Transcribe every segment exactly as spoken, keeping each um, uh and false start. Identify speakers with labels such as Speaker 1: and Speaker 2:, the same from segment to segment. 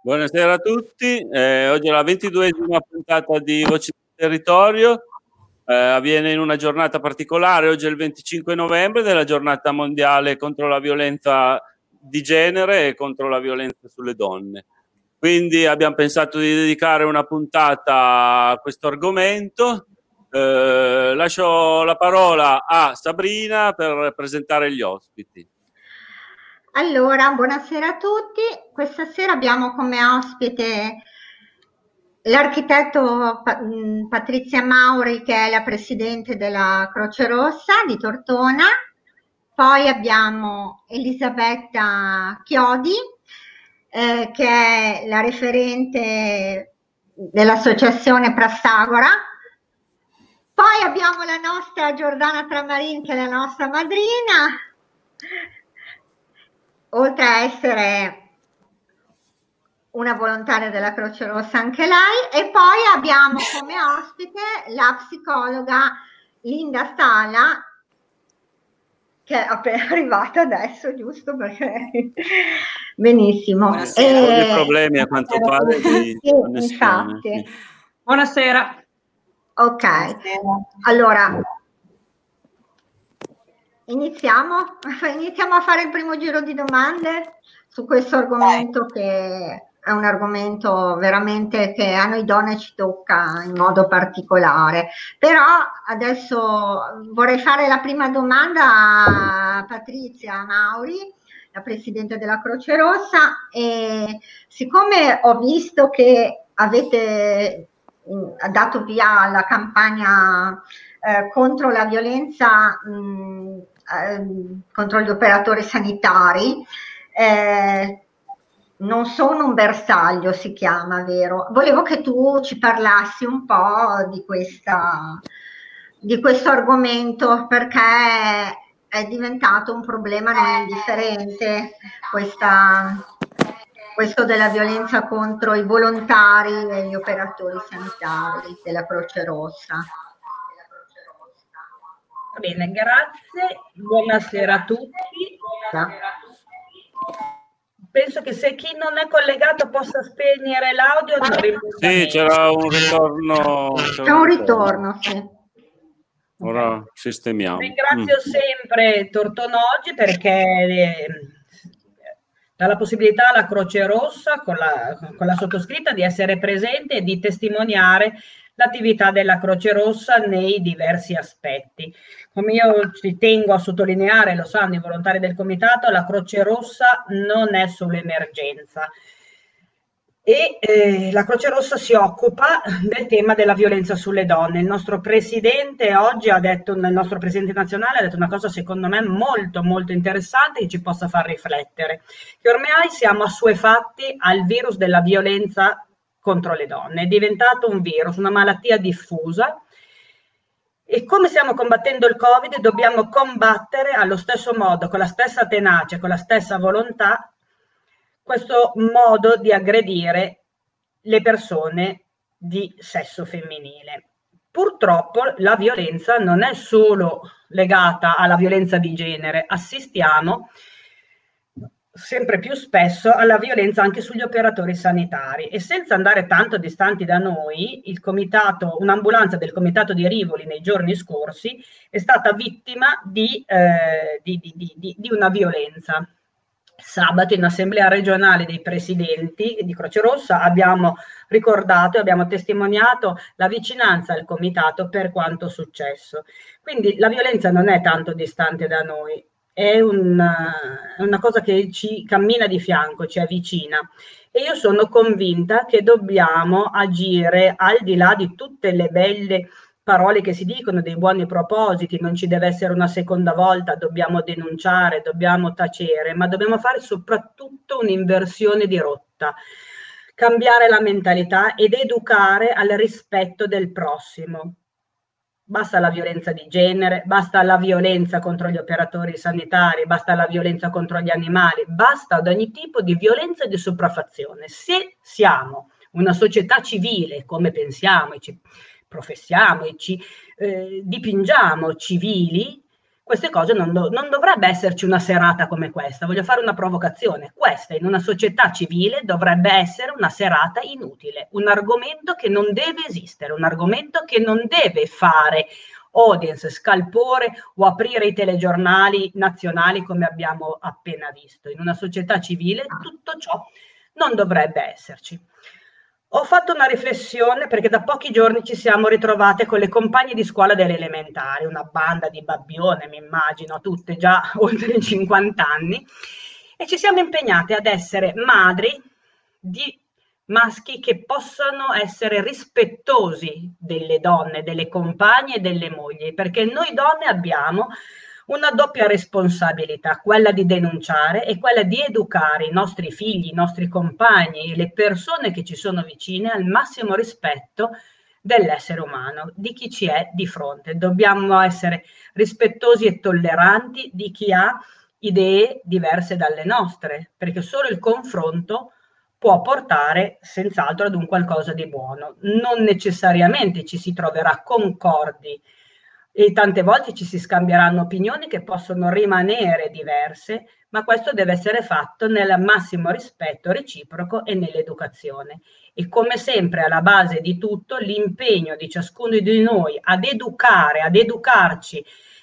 Speaker 1: Buonasera a tutti, eh, oggi è la ventiduesima puntata di Voci del Territorio, eh, avviene in una giornata particolare, oggi è il venticinque novembre della giornata mondiale contro la violenza di genere e contro la violenza sulle donne. Quindi abbiamo pensato di dedicare una puntata a questo argomento. Eh, lascio la parola a Sabrina per presentare gli ospiti.
Speaker 2: Allora, buonasera a tutti. Questa sera abbiamo come ospite l'architetto Patrizia Mauri, che è la presidente della Croce Rossa di Tortona. Poi abbiamo Elisabetta Chiodi, eh, che è la referente dell'associazione Prastagora. Poi abbiamo la nostra Giordana Tramarin, che è la nostra madrina, oltre a essere una volontaria della Croce Rossa anche lei. E poi abbiamo come ospite la psicologa Linda Stala, che è appena arrivata adesso, giusto? Perché benissimo.
Speaker 1: Buonasera. E... Ho problemi a quanto pare di
Speaker 2: sì,
Speaker 1: connessione.
Speaker 2: infatti.
Speaker 1: Sì.
Speaker 3: Buonasera.
Speaker 2: Ok, Buonasera. Allora iniziamo? iniziamo a fare il primo giro di domande su questo argomento, che è un argomento veramente che a noi donne ci tocca in modo particolare. Però adesso vorrei fare la prima domanda a Patrizia Mauri, la presidente della Croce Rossa, e siccome ho visto che avete dato via alla campagna eh, contro la violenza mh, eh, contro gli operatori sanitari, eh, non sono un bersaglio, si chiama, vero? Volevo che tu ci parlassi un po' di questa, di questo argomento, perché è diventato un problema non indifferente, questa, questo della violenza contro i volontari e gli operatori sanitari della Croce Rossa.
Speaker 3: Va bene, grazie, buonasera a tutti. Penso che se chi non è collegato possa spegnere l'audio.
Speaker 1: Sì, c'era un ritorno.
Speaker 2: C'è un ritorno, sì.
Speaker 1: Ora
Speaker 3: okay.
Speaker 1: sistemiamo.
Speaker 3: Ringrazio mm. sempre Tortona oggi perché eh, dà la possibilità alla Croce Rossa con la, con la sottoscritta di essere presente e di testimoniare l'attività della Croce Rossa nei diversi aspetti. Come io ci tengo a sottolineare, lo sanno i volontari del comitato, la Croce Rossa non è solo emergenza. E eh, la Croce Rossa si occupa del tema della violenza sulle donne. Il nostro presidente oggi ha detto, il nostro presidente nazionale ha detto una cosa secondo me molto molto interessante che ci possa far riflettere, che ormai siamo assuefatti al virus della violenza contro le donne. È diventato un virus, una malattia diffusa, e come stiamo combattendo il Covid dobbiamo combattere allo stesso modo, con la stessa tenacia, con la stessa volontà, questo modo di aggredire le persone di sesso femminile. Purtroppo la violenza non è solo legata alla violenza di genere, assistiamo sempre più spesso alla violenza anche sugli operatori sanitari, e senza andare tanto distanti da noi, il comitato, un'ambulanza del comitato di Rivoli nei giorni scorsi è stata vittima di, eh, di, di, di, di una violenza. Sabato in assemblea regionale dei presidenti di Croce Rossa abbiamo ricordato e abbiamo testimoniato la vicinanza al comitato per quanto successo. Quindi la violenza non è tanto distante da noi, è una, una cosa che ci cammina di fianco, ci avvicina, e io sono convinta che dobbiamo agire al di là di tutte le belle parole che si dicono, dei buoni propositi, non ci deve essere una seconda volta, dobbiamo denunciare, dobbiamo tacere, ma dobbiamo fare soprattutto un'inversione di rotta, cambiare la mentalità ed educare al rispetto del prossimo. Basta la violenza di genere, basta la violenza contro gli operatori sanitari, basta la violenza contro gli animali, basta ad ogni tipo di violenza e di sopraffazione. Se siamo una società civile, come pensiamo e ci professiamo e ci eh, dipingiamo civili, queste cose non, do- non dovrebbe esserci una serata come questa. Voglio fare una provocazione. Questa in una società civile dovrebbe essere una serata inutile, un argomento che non deve esistere, un argomento che non deve fare audience, scalpore o aprire i telegiornali nazionali come abbiamo appena visto. In una società civile tutto ciò non dovrebbe esserci. Ho fatto una riflessione perché da pochi giorni ci siamo ritrovate con le compagne di scuola delle elementari, una banda di babbione, mi immagino, tutte già oltre i cinquanta anni, e ci siamo impegnate ad essere madri di maschi che possano essere rispettosi delle donne, delle compagne e delle mogli, perché noi donne abbiamo una doppia responsabilità, quella di denunciare e quella di educare i nostri figli, i nostri compagni e le persone che ci sono vicine al massimo rispetto dell'essere umano, di chi ci è di fronte. Dobbiamo essere rispettosi e tolleranti di chi ha idee diverse dalle nostre, perché solo il confronto può portare senz'altro ad un qualcosa di buono. Non necessariamente ci si troverà concordi e tante volte ci si scambieranno opinioni che possono rimanere diverse, ma questo deve essere fatto nel massimo rispetto reciproco e nell'educazione. E come sempre alla base di tutto l'impegno di ciascuno di noi ad educare, ad educarci,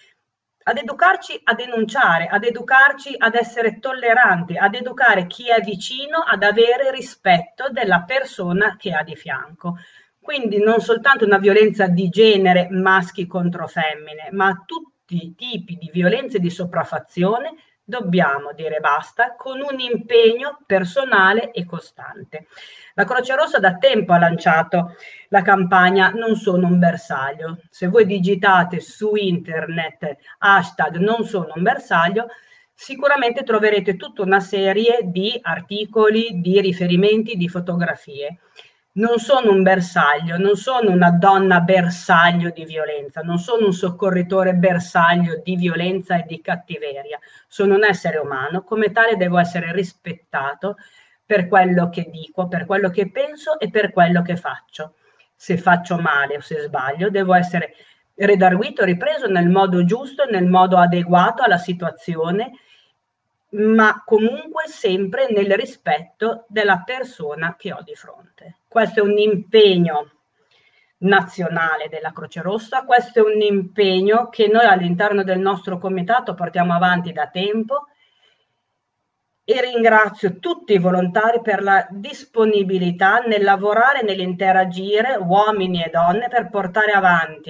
Speaker 3: ad educarci a denunciare, ad educarci ad essere tolleranti, ad educare chi è vicino ad avere rispetto della persona che ha di fianco. Quindi non soltanto una violenza di genere maschi contro femmine, ma tutti i tipi di violenze di sopraffazione dobbiamo dire basta con un impegno personale e costante. La Croce Rossa da tempo ha lanciato la campagna Non sono un bersaglio. Se voi digitate su internet hashtag non sono un bersaglio, sicuramente troverete tutta una serie di articoli, di riferimenti, di fotografie. Non sono un bersaglio, non sono una donna bersaglio di violenza, non sono un soccorritore bersaglio di violenza e di cattiveria. Sono un essere umano, come tale devo essere rispettato per quello che dico, per quello che penso e per quello che faccio. Se faccio male o se sbaglio, devo essere redarguito, ripreso nel modo giusto, nel modo adeguato alla situazione, ma comunque sempre nel rispetto della persona che ho di fronte. Questo è un impegno nazionale della Croce Rossa, questo è un impegno che noi all'interno del nostro comitato portiamo avanti da tempo e ringrazio tutti i volontari per la disponibilità nel lavorare, nell'interagire, uomini e donne, per portare avanti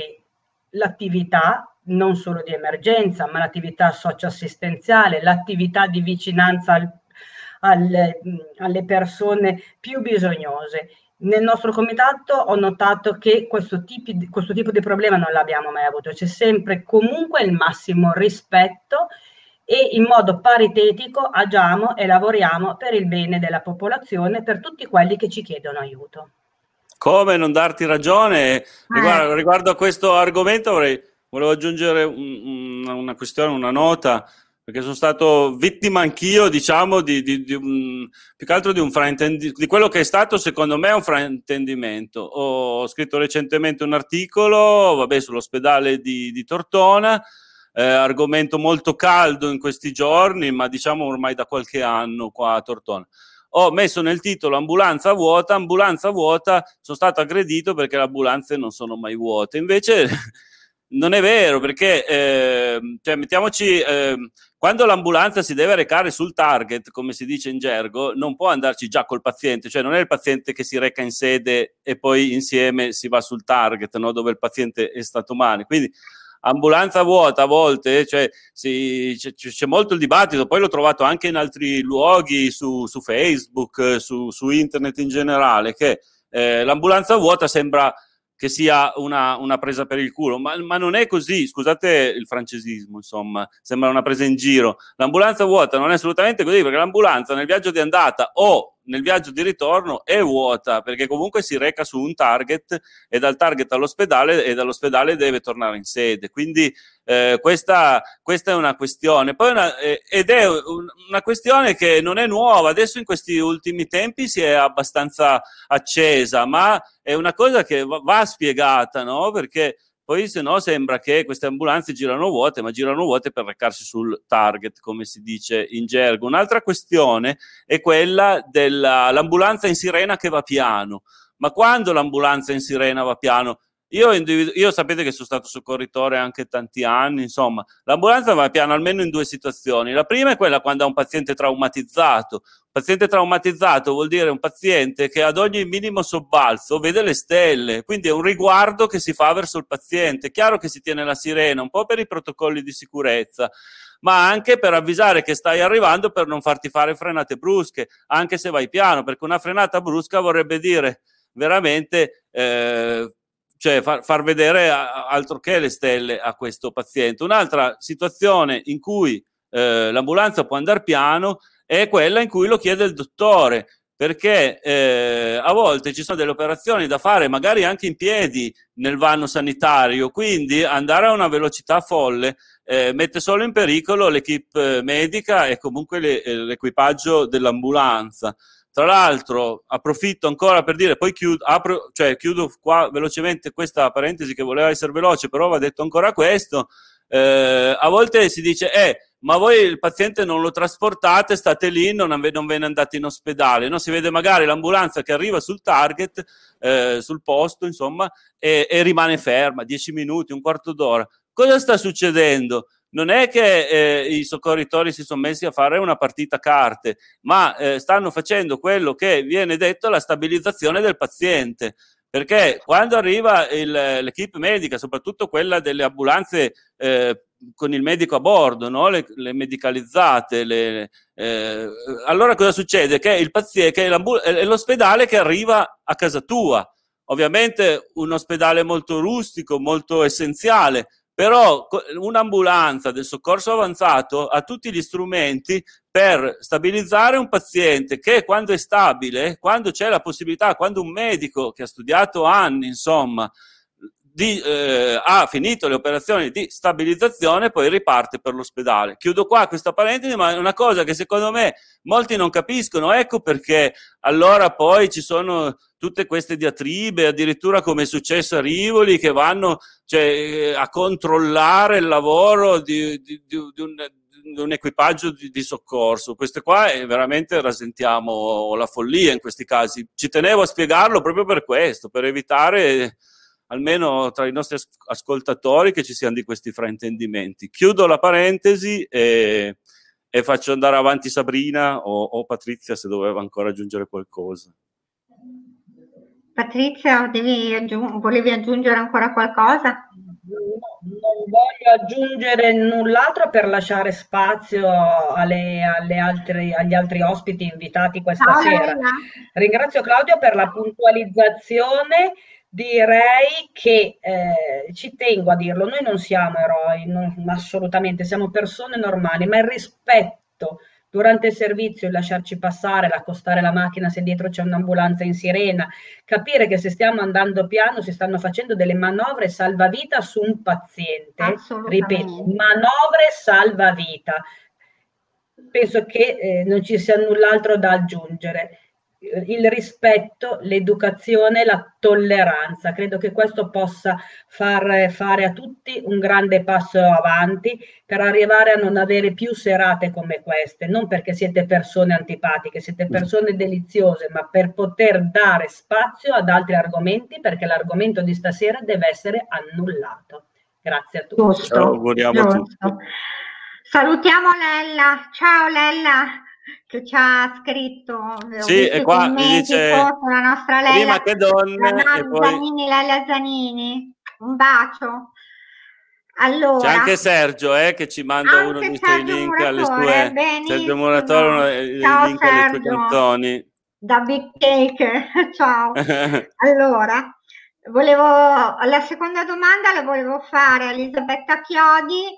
Speaker 3: l'attività non solo di emergenza, ma l'attività socioassistenziale, l'attività di vicinanza al, alle, alle persone più bisognose. Nel nostro comitato ho notato che questo tipo, di, questo tipo di problema non l'abbiamo mai avuto, c'è sempre comunque il massimo rispetto e in modo paritetico agiamo e lavoriamo per il bene della popolazione, per tutti quelli che ci chiedono aiuto.
Speaker 1: Come non darti ragione? Eh. Riguardo, riguardo a questo argomento avrei volevo aggiungere un, una, una questione, una nota, perché sono stato vittima anch'io, diciamo, di, di, di un, più che altro di un fraintendimento, di quello che è stato secondo me un fraintendimento. Ho scritto recentemente un articolo, vabbè, sull'ospedale di, di Tortona, eh, argomento molto caldo in questi giorni, ma diciamo ormai da qualche anno qua a Tortona. Ho messo nel titolo ambulanza vuota, ambulanza vuota, sono stato aggredito perché le ambulanze non sono mai vuote. Invece non è vero, perché eh, cioè, mettiamoci, eh, quando l'ambulanza si deve recare sul target, come si dice in gergo, non può andarci già col paziente, cioè non è il paziente che si reca in sede e poi insieme si va sul target, no, dove il paziente è stato male. Quindi ambulanza vuota a volte, cioè, si, c'è, c'è molto il dibattito, poi l'ho trovato anche in altri luoghi, su, su Facebook, su, su internet in generale, che eh, l'ambulanza vuota sembra che sia una, una presa per il culo, ma, ma non è così, scusate il francesismo, insomma, sembra una presa in giro. L'ambulanza vuota non è assolutamente così, perché l'ambulanza nel viaggio di andata o nel viaggio di ritorno è vuota, perché comunque si reca su un target e dal target all'ospedale e dall'ospedale deve tornare in sede, quindi eh, questa, questa è una questione. Poi una, eh, ed è un, una questione che non è nuova, adesso in questi ultimi tempi si è abbastanza accesa, ma è una cosa che va, va spiegata, no? Perché poi se no sembra che queste ambulanze girano vuote, ma girano vuote per recarsi sul target, come si dice in gergo. Un'altra questione è quella dell'ambulanza in sirena che va piano. Ma quando l'ambulanza in sirena va piano? Io, individu- io sapete che sono stato soccorritore anche tanti anni, insomma, l'ambulanza va piano almeno in due situazioni. La prima è quella quando ha un paziente traumatizzato. Un paziente traumatizzato vuol dire un paziente che ad ogni minimo sobbalzo vede le stelle, quindi è un riguardo che si fa verso il paziente. È chiaro che si tiene la sirena, un po' per i protocolli di sicurezza, ma anche per avvisare che stai arrivando, per non farti fare frenate brusche, anche se vai piano, perché una frenata brusca vorrebbe dire veramente... Eh, cioè far, far vedere a, altro che le stelle a questo paziente. Un'altra situazione in cui eh, l'ambulanza può andare piano è quella in cui lo chiede il dottore, perché eh, a volte ci sono delle operazioni da fare magari anche in piedi nel vano sanitario, quindi andare a una velocità folle eh, mette solo in pericolo l'equipe medica e comunque le, l'equipaggio dell'ambulanza. Tra l'altro approfitto ancora per dire, poi chiudo, apro, cioè chiudo qua velocemente questa parentesi che voleva essere veloce, però va detto ancora questo, eh, a volte si dice, eh, ma voi il paziente non lo trasportate, state lì, non, ave- non ve ne andate in ospedale, no? Si vede magari l'ambulanza che arriva sul target, eh, sul posto, insomma, e, e rimane ferma, dieci minuti, un quarto d'ora. Cosa sta succedendo? Non è che eh, i soccorritori si sono messi a fare una partita a carte, ma eh, stanno facendo quello che viene detto la stabilizzazione del paziente, perché quando arriva il, l'equipe medica, soprattutto quella delle ambulanze eh, con il medico a bordo, no? le, le medicalizzate, le, eh, allora cosa succede? Che il paziente, che è l'ospedale che arriva a casa tua, ovviamente un ospedale molto rustico, molto essenziale, però un'ambulanza del soccorso avanzato ha tutti gli strumenti per stabilizzare un paziente che quando è stabile, quando c'è la possibilità, quando un medico che ha studiato anni, insomma, di, eh, ha finito le operazioni di stabilizzazione, poi riparte per l'ospedale. Chiudo qua questa parentesi, ma è una cosa che secondo me molti non capiscono, ecco perché allora poi ci sono tutte queste diatribe, addirittura come è successo a Rivoli, che vanno cioè, a controllare il lavoro di, di, di, di, un, di un equipaggio di, di soccorso. Queste qua è veramente rasentiamo la follia in questi casi. Ci tenevo a spiegarlo proprio per questo, per evitare almeno tra i nostri ascoltatori che ci siano di questi fraintendimenti. Chiudo la parentesi e, e faccio andare avanti Sabrina o, o Patrizia se doveva ancora aggiungere qualcosa.
Speaker 2: Patrizia, devi aggiung- volevi aggiungere ancora qualcosa?
Speaker 3: Non voglio aggiungere null'altro per lasciare spazio alle, alle altre, agli altri ospiti invitati questa
Speaker 2: Ciao,
Speaker 3: sera.
Speaker 2: Lella.
Speaker 3: Ringrazio Claudio per la puntualizzazione. Direi che eh, ci tengo a dirlo, noi non siamo eroi, non, assolutamente, siamo persone normali, ma il rispetto durante il servizio, il lasciarci passare, l'accostare la macchina se dietro c'è un'ambulanza in sirena, capire che se stiamo andando piano si stanno facendo delle manovre salvavita su un paziente, ripeto, manovre salvavita. Penso che eh, non ci sia null'altro da aggiungere. Il rispetto, l'educazione, la tolleranza. Credo che questo possa far fare a tutti un grande passo avanti per arrivare a non avere più serate come queste, non perché siete persone antipatiche, siete persone deliziose, ma per poter dare spazio ad altri argomenti, perché l'argomento di stasera deve essere annullato. Grazie a tutti.
Speaker 2: Giusto,
Speaker 1: auguriamo a tutti.
Speaker 2: Salutiamo Lella. Ciao Lella, che ci ha scritto.
Speaker 1: Sì, e qua mi dice
Speaker 2: la nostra Lella,
Speaker 1: prima che donne
Speaker 2: la
Speaker 1: e poi...
Speaker 2: Zanini, Lella Zanini. Un bacio. Allora,
Speaker 1: c'è anche Sergio eh, che ci manda uno dei suoi link alle sue Sergio Muratore, uno dei
Speaker 2: ciao
Speaker 1: link alle sue
Speaker 2: Sergio,
Speaker 1: canzoni
Speaker 2: da Big Cake. Ciao. Allora, volevo la seconda domanda la volevo fare a Elisabetta Chiodi,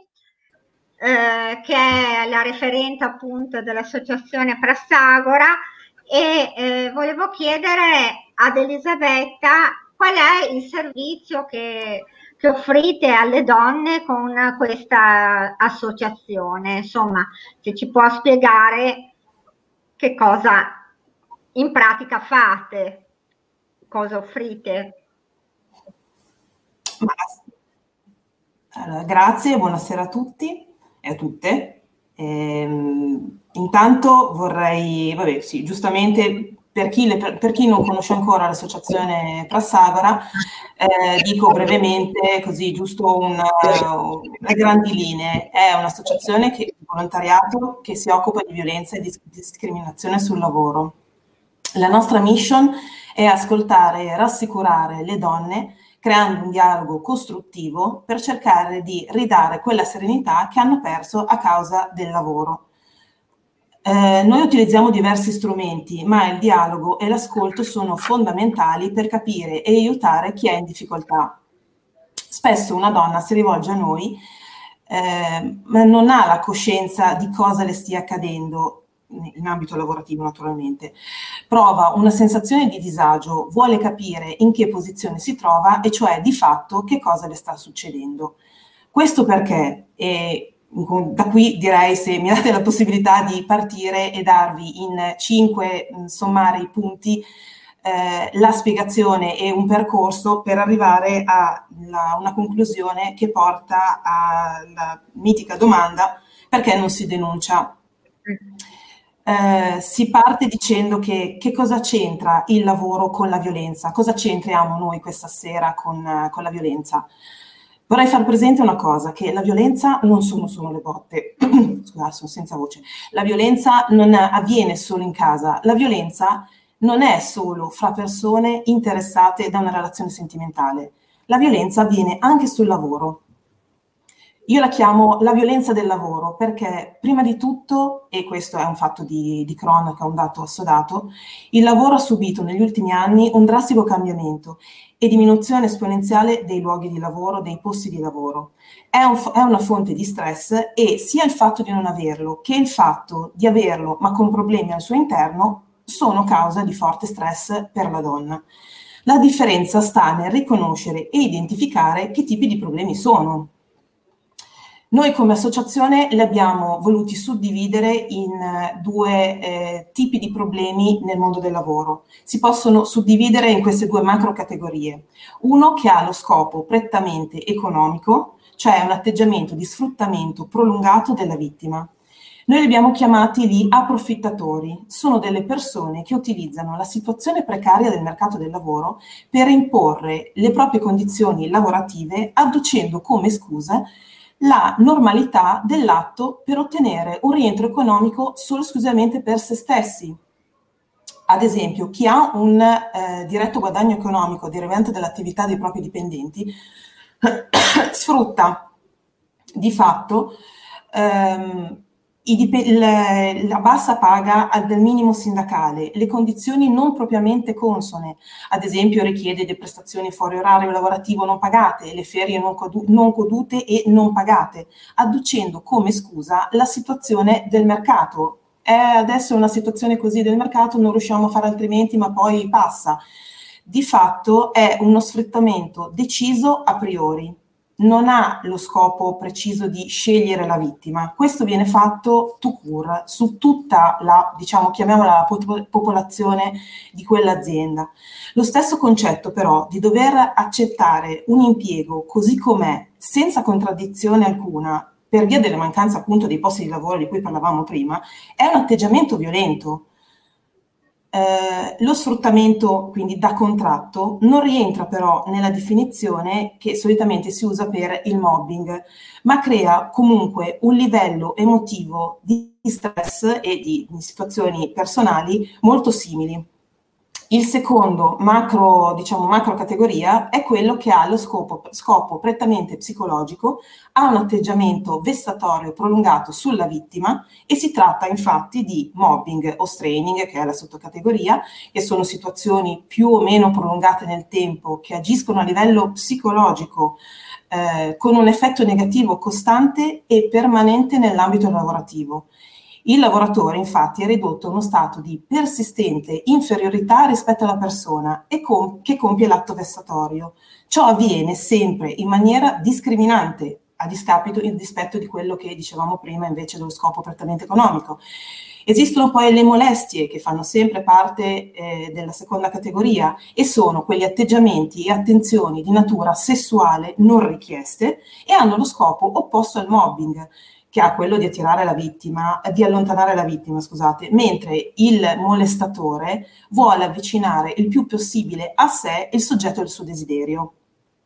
Speaker 2: eh, che è la referente appunto dell'associazione Prassagora, e eh, volevo chiedere ad Elisabetta qual è il servizio che che offrite alle donne con questa associazione, insomma, se ci può spiegare che cosa in pratica fate, cosa offrite.
Speaker 4: Ma Allora, grazie, buonasera a tutti e a tutte. Ehm, intanto vorrei, vabbè, sì, giustamente per chi, le, per chi non conosce ancora l'associazione Prassagora, eh, dico brevemente, così giusto un, uh, le grandi linee. È un'associazione che, di volontariato che si occupa di violenza e di discriminazione sul lavoro. La nostra mission è ascoltare e rassicurare le donne creando un dialogo costruttivo per cercare di ridare quella serenità che hanno perso a causa del lavoro. Eh, noi utilizziamo diversi strumenti, ma il dialogo e l'ascolto sono fondamentali per capire e aiutare chi è in difficoltà. Spesso una donna si rivolge a noi, eh, ma non ha la coscienza di cosa le stia accadendo, in ambito lavorativo naturalmente, prova una sensazione di disagio, vuole capire in che posizione si trova e cioè di fatto che cosa le sta succedendo. Questo perché, e da qui direi, se mi date la possibilità di partire e darvi in cinque sommari punti eh, la spiegazione e un percorso per arrivare a la, una conclusione che porta alla mitica domanda: perché non si denuncia? Eh, si parte dicendo che, che cosa c'entra il lavoro con la violenza, cosa c'entriamo noi questa sera con, con la violenza. Vorrei far presente una cosa, che la violenza non sono solo le botte, scusate, sono senza voce, la violenza non avviene solo in casa, la violenza non è solo fra persone interessate da una relazione sentimentale, la violenza avviene anche sul lavoro. Io la chiamo la violenza del lavoro perché prima di tutto, e questo è un fatto di, di cronaca, un dato assodato, il lavoro ha subito negli ultimi anni un drastico cambiamento e diminuzione esponenziale dei luoghi di lavoro, dei posti di lavoro. È, un, è una fonte di stress e sia il fatto di non averlo che il fatto di averlo ma con problemi al suo interno sono causa di forte stress per la donna. La differenza sta nel riconoscere e identificare che tipi di problemi sono. Noi come associazione li abbiamo voluti suddividere in due eh, tipi di problemi nel mondo del lavoro. Si possono suddividere in queste due macro categorie. Uno che ha lo scopo prettamente economico, cioè un atteggiamento di sfruttamento prolungato della vittima. Noi li abbiamo chiamati gli approfittatori. Sono delle persone che utilizzano la situazione precaria del mercato del lavoro per imporre le proprie condizioni lavorative adducendo come scusa la normalità dell'atto per ottenere un rientro economico solo esclusivamente per se stessi. Ad esempio, chi ha un eh, diretto guadagno economico derivante dall'attività dei propri dipendenti sfrutta di fatto ehm, I dip- le, la bassa paga del minimo sindacale, le condizioni non propriamente consone, ad esempio richiede le prestazioni fuori orario lavorativo non pagate, le ferie non, codu- non godute e non pagate, adducendo come scusa la situazione del mercato. È adesso una situazione così del mercato, non riusciamo a fare altrimenti, ma poi passa. Di fatto è uno sfruttamento deciso a priori. Non ha lo scopo preciso di scegliere la vittima. Questo viene fatto tout court su tutta la, diciamo, chiamiamola la popolazione di quell'azienda. Lo stesso concetto però di dover accettare un impiego così com'è, senza contraddizione alcuna, per via della mancanza appunto dei posti di lavoro di cui parlavamo prima, è un atteggiamento violento. Eh, lo sfruttamento, quindi da contratto, non rientra però nella definizione che solitamente si usa per il mobbing, ma crea comunque un livello emotivo di stress e di, di situazioni personali molto simili. Il secondo macro, diciamo, macro categoria è quello che ha lo scopo, scopo prettamente psicologico, ha un atteggiamento vessatorio prolungato sulla vittima e si tratta infatti di mobbing o straining, che è la sottocategoria, che sono situazioni più o meno prolungate nel tempo che agiscono a livello psicologico eh, con un effetto negativo costante e permanente nell'ambito lavorativo. Il lavoratore infatti è ridotto a uno stato di persistente inferiorità rispetto alla persona e com- che compie l'atto vessatorio. Ciò avviene sempre in maniera discriminante, a discapito, in dispetto di quello che dicevamo prima invece dello scopo prettamente economico. Esistono poi le molestie, che fanno sempre parte eh, della seconda categoria, e sono quegli atteggiamenti e attenzioni di natura sessuale non richieste e hanno lo scopo opposto al mobbing, che ha quello di attirare la vittima, di allontanare la vittima, scusate, mentre il molestatore vuole avvicinare il più possibile a sé il soggetto del suo desiderio.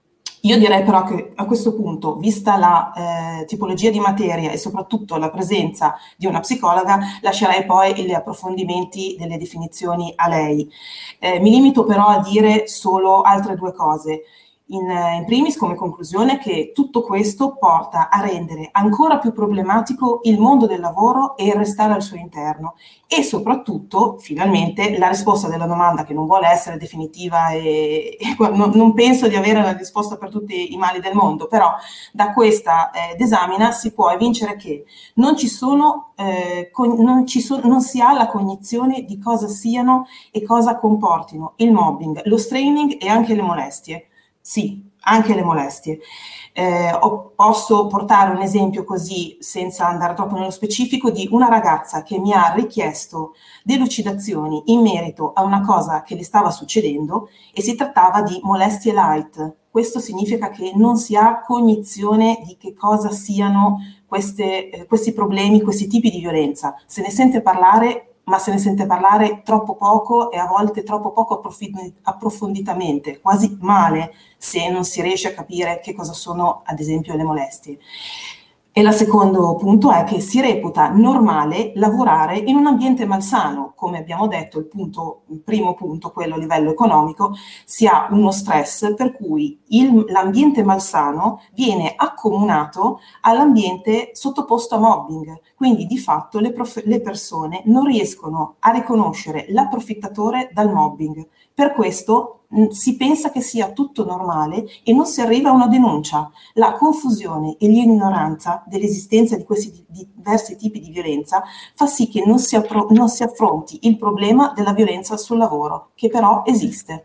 Speaker 4: Io direi però che a questo punto, vista la eh, tipologia di materia e soprattutto la presenza di una psicologa, lascerei poi gli approfondimenti delle definizioni a lei. Eh, mi limito però a dire solo altre due cose. In, in primis, come conclusione, che tutto questo porta a rendere ancora più problematico il mondo del lavoro e il restare al suo interno, e soprattutto, finalmente, la risposta della domanda, che non vuole essere definitiva e, e non, non penso di avere la risposta per tutti i mali del mondo, però da questa eh, disamina si può evincere che non ci sono, eh, con, non, ci so, non si ha la cognizione di cosa siano e cosa comportino il mobbing, lo straining e anche le molestie. Sì, anche le molestie. Eh, posso portare un esempio così, senza andare troppo nello specifico, di una ragazza che mi ha richiesto delucidazioni in merito a una cosa che le stava succedendo, e si trattava di molestie light. Questo significa che non si ha cognizione di che cosa siano queste, eh, questi problemi, questi tipi di violenza. Se ne sente parlare, ma se ne sente parlare troppo poco e a volte troppo poco approfonditamente, quasi male, se non si riesce a capire che cosa sono, ad esempio, le molestie. E il secondo punto è che si reputa normale lavorare in un ambiente malsano. Come abbiamo detto, il, punto, il primo punto, quello a livello economico, si ha uno stress per cui il, l'ambiente malsano viene accomunato all'ambiente sottoposto a mobbing. Quindi di fatto le, prof- le persone non riescono a riconoscere l'approfittatore dal mobbing. Per questo mh, si pensa che sia tutto normale e non si arriva a una denuncia. La confusione e l'ignoranza dell'esistenza di questi di diversi tipi di violenza fa sì che non si, appro- non si affronti il problema della violenza sul lavoro, che però esiste.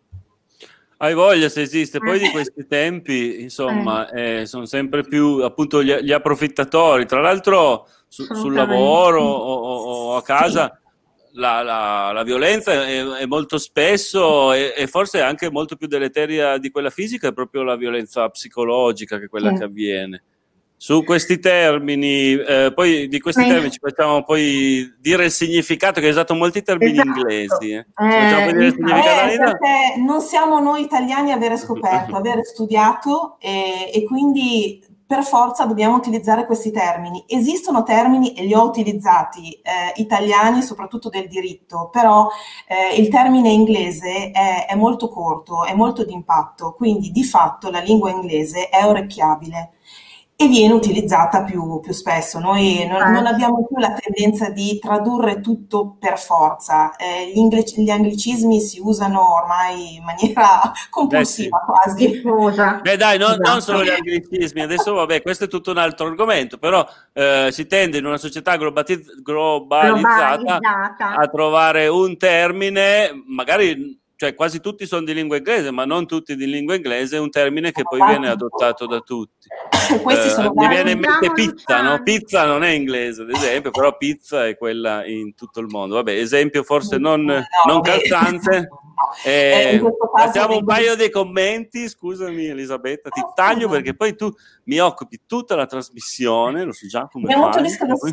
Speaker 1: Hai voglia se esiste. Poi di questi tempi, insomma, eh, sono sempre più appunto gli, gli approfittatori. Tra l'altro su, sul lavoro o, o a casa la, la, la violenza è, è molto spesso e, e forse anche molto più deleteria di quella fisica, è proprio la violenza psicologica che è quella sì. che avviene. Su questi termini, eh, poi di questi termini ci facciamo poi dire il significato, che hai usato molti termini esatto. inglesi. Eh.
Speaker 4: Eh, dire il significato eh, perché non siamo noi italiani a avere scoperto, avere studiato e, e quindi per forza dobbiamo utilizzare questi termini. Esistono termini, e li ho utilizzati, eh, italiani, soprattutto del diritto, però eh, il termine inglese è, è molto corto, è molto d'impatto, quindi di fatto la lingua inglese è orecchiabile e viene utilizzata più, più spesso. Noi non, non abbiamo più la tendenza di tradurre tutto per forza. Eh, gli, ingle- gli anglicismi si usano ormai in maniera compulsiva, eh sì. quasi.
Speaker 1: Beh dai, no, esatto. non solo gli anglicismi, adesso vabbè, questo è tutto un altro argomento, però eh, si tende in una società globatiz- globalizzata, globalizzata a trovare un termine, magari... cioè quasi tutti sono di lingua inglese, ma non tutti di lingua inglese, è un termine che poi viene adottato da tutti.
Speaker 4: Questi sono
Speaker 1: eh, mi viene in mente pizza, no? Pizza non è inglese, ad esempio, però pizza è quella in tutto il mondo. Vabbè, esempio forse non, no, non calzante. Eh, facciamo un paio di commenti, scusami Elisabetta, ti oh, taglio scusa. Perché poi tu mi occupi tutta la trasmissione, lo so già come fai.
Speaker 4: Abbiamo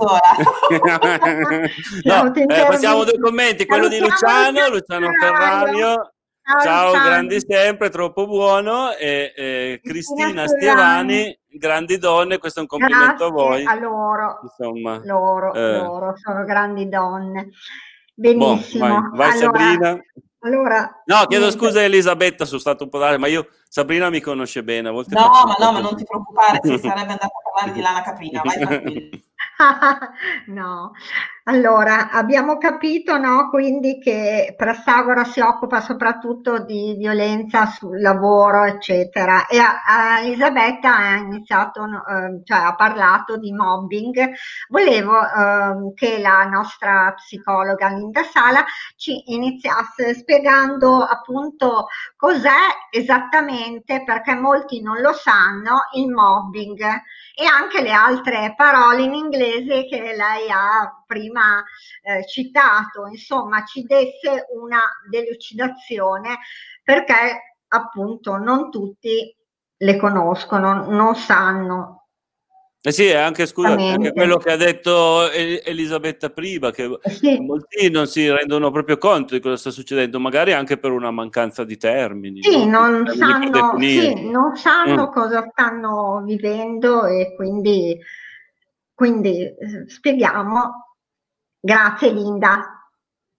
Speaker 1: no, eh, facciamo due commenti, quello di Luciano, Luciano Ferrario. Ciao, ciao grandi sempre, troppo buono, e eh, Cristina Stievani, grandi donne, questo è un complimento
Speaker 2: Grazie
Speaker 1: a voi.
Speaker 2: a loro,
Speaker 1: Insomma,
Speaker 2: loro, eh. loro sono grandi donne. Benissimo.
Speaker 1: Bon, vai, vai
Speaker 2: allora,
Speaker 1: Sabrina.
Speaker 2: Allora,
Speaker 1: no, chiedo niente. Scusa Elisabetta, sono stato un po' tardi, ma io Sabrina mi conosce bene. A volte
Speaker 4: no, ma no, ma non ti preoccupare, si sarebbe andato a parlare di Lana Caprina, vai tranquillo.
Speaker 2: No, allora abbiamo capito, no, quindi che Prassagora si occupa soprattutto di violenza sul lavoro, eccetera, e a, a Elisabetta ha iniziato, eh, cioè ha parlato di mobbing. Volevo eh, che la nostra psicologa Linda Sala ci iniziasse spiegando appunto cos'è esattamente, perché molti non lo sanno, il mobbing e anche le altre parole in inglese che lei ha prima eh, citato, insomma, ci desse una delucidazione, perché appunto non tutti le conoscono, non sanno.
Speaker 1: Eh sì, anche, scusate, anche quello che ha detto Elisabetta prima, che sì, molti non si rendono proprio conto di cosa sta succedendo, magari anche per una mancanza di termini.
Speaker 2: Sì,
Speaker 1: no?
Speaker 2: non
Speaker 1: termini
Speaker 2: sanno, sì, non sanno
Speaker 1: mm.
Speaker 2: cosa stanno vivendo, e quindi, quindi eh, spieghiamo. Grazie Linda.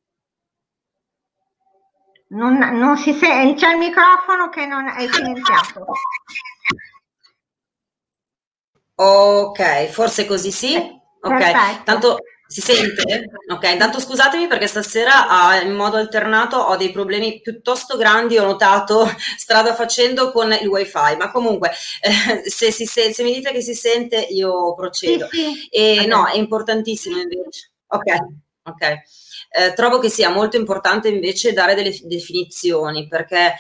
Speaker 2: Non, non si sente, c'è il microfono che non è silenziato.
Speaker 5: Ok, forse così sì. Ok,
Speaker 2: Perfetto.
Speaker 5: tanto si sente? Ok, intanto scusatemi perché stasera ah, in modo alternato ho dei problemi piuttosto grandi, ho notato, strada facendo con il wifi, ma comunque eh, se, si, se, se mi dite che si sente io procedo.
Speaker 2: Sì, sì.
Speaker 5: E no, è importantissimo invece. Ok, ok. Eh, trovo che sia molto importante invece dare delle definizioni, perché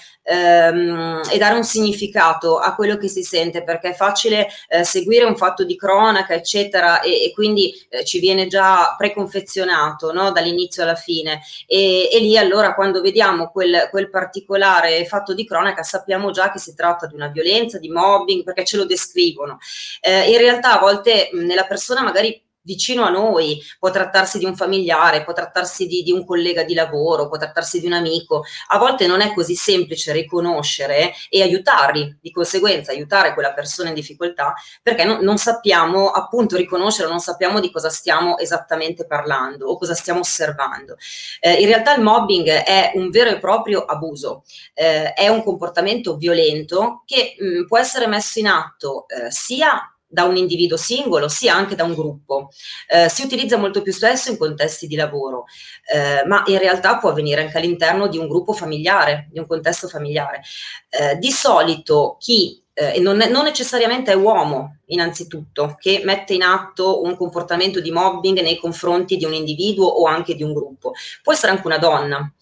Speaker 5: ehm, e dare un significato a quello che si sente, perché è facile eh, seguire un fatto di cronaca eccetera, e, e quindi eh, ci viene già preconfezionato, no? Dall'inizio alla fine, e, e lì allora quando vediamo quel, quel particolare fatto di cronaca sappiamo già che si tratta di una violenza, di mobbing, perché ce lo descrivono. Eh, in realtà a volte mh, nella persona magari vicino a noi, può trattarsi di un familiare, può trattarsi di, di un collega di lavoro, può trattarsi di un amico, a volte non è così semplice riconoscere e aiutarli, di conseguenza aiutare quella persona in difficoltà, perché no, non sappiamo appunto riconoscere, non sappiamo di cosa stiamo esattamente parlando o cosa stiamo osservando. Eh, in realtà il mobbing è un vero e proprio abuso, eh, è un comportamento violento che mh, può essere messo in atto eh, sia da un individuo singolo, sia anche da un gruppo. Eh, si utilizza molto più spesso in contesti di lavoro, eh, ma in realtà può avvenire anche all'interno di un gruppo familiare, di un contesto familiare. Eh, di solito chi, eh, e non, non necessariamente è uomo, innanzitutto, che mette in atto un comportamento di mobbing nei confronti di un individuo o anche di un gruppo, può essere anche una donna.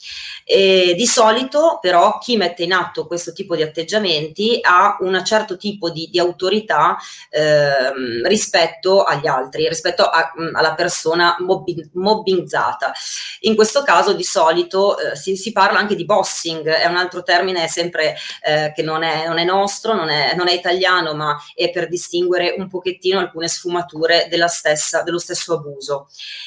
Speaker 5: E di solito però chi mette in atto questo tipo di atteggiamenti ha un certo tipo di, di autorità ehm, rispetto agli altri, rispetto a, alla persona mobbing, mobbingizzata. In questo caso di solito eh, si, si parla anche di bossing, è un altro termine sempre eh, che non è, non è nostro, non è, non è italiano, ma è per distinguere un pochettino alcune sfumature della stessa, dello stesso abuso.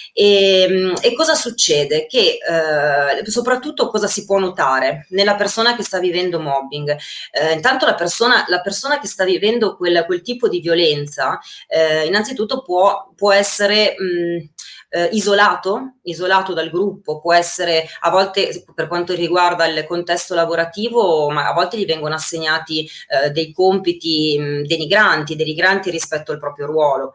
Speaker 5: E, e cosa succede? Che eh, soprattutto cosa si può notare nella persona che sta vivendo mobbing? Eh, intanto la persona, la persona che sta vivendo quel, quel tipo di violenza eh, innanzitutto può, può essere mh, eh, isolato, isolato dal gruppo, può essere a volte per quanto riguarda il contesto lavorativo, ma a volte gli vengono assegnati eh, dei compiti mh, denigranti, denigranti rispetto al proprio ruolo.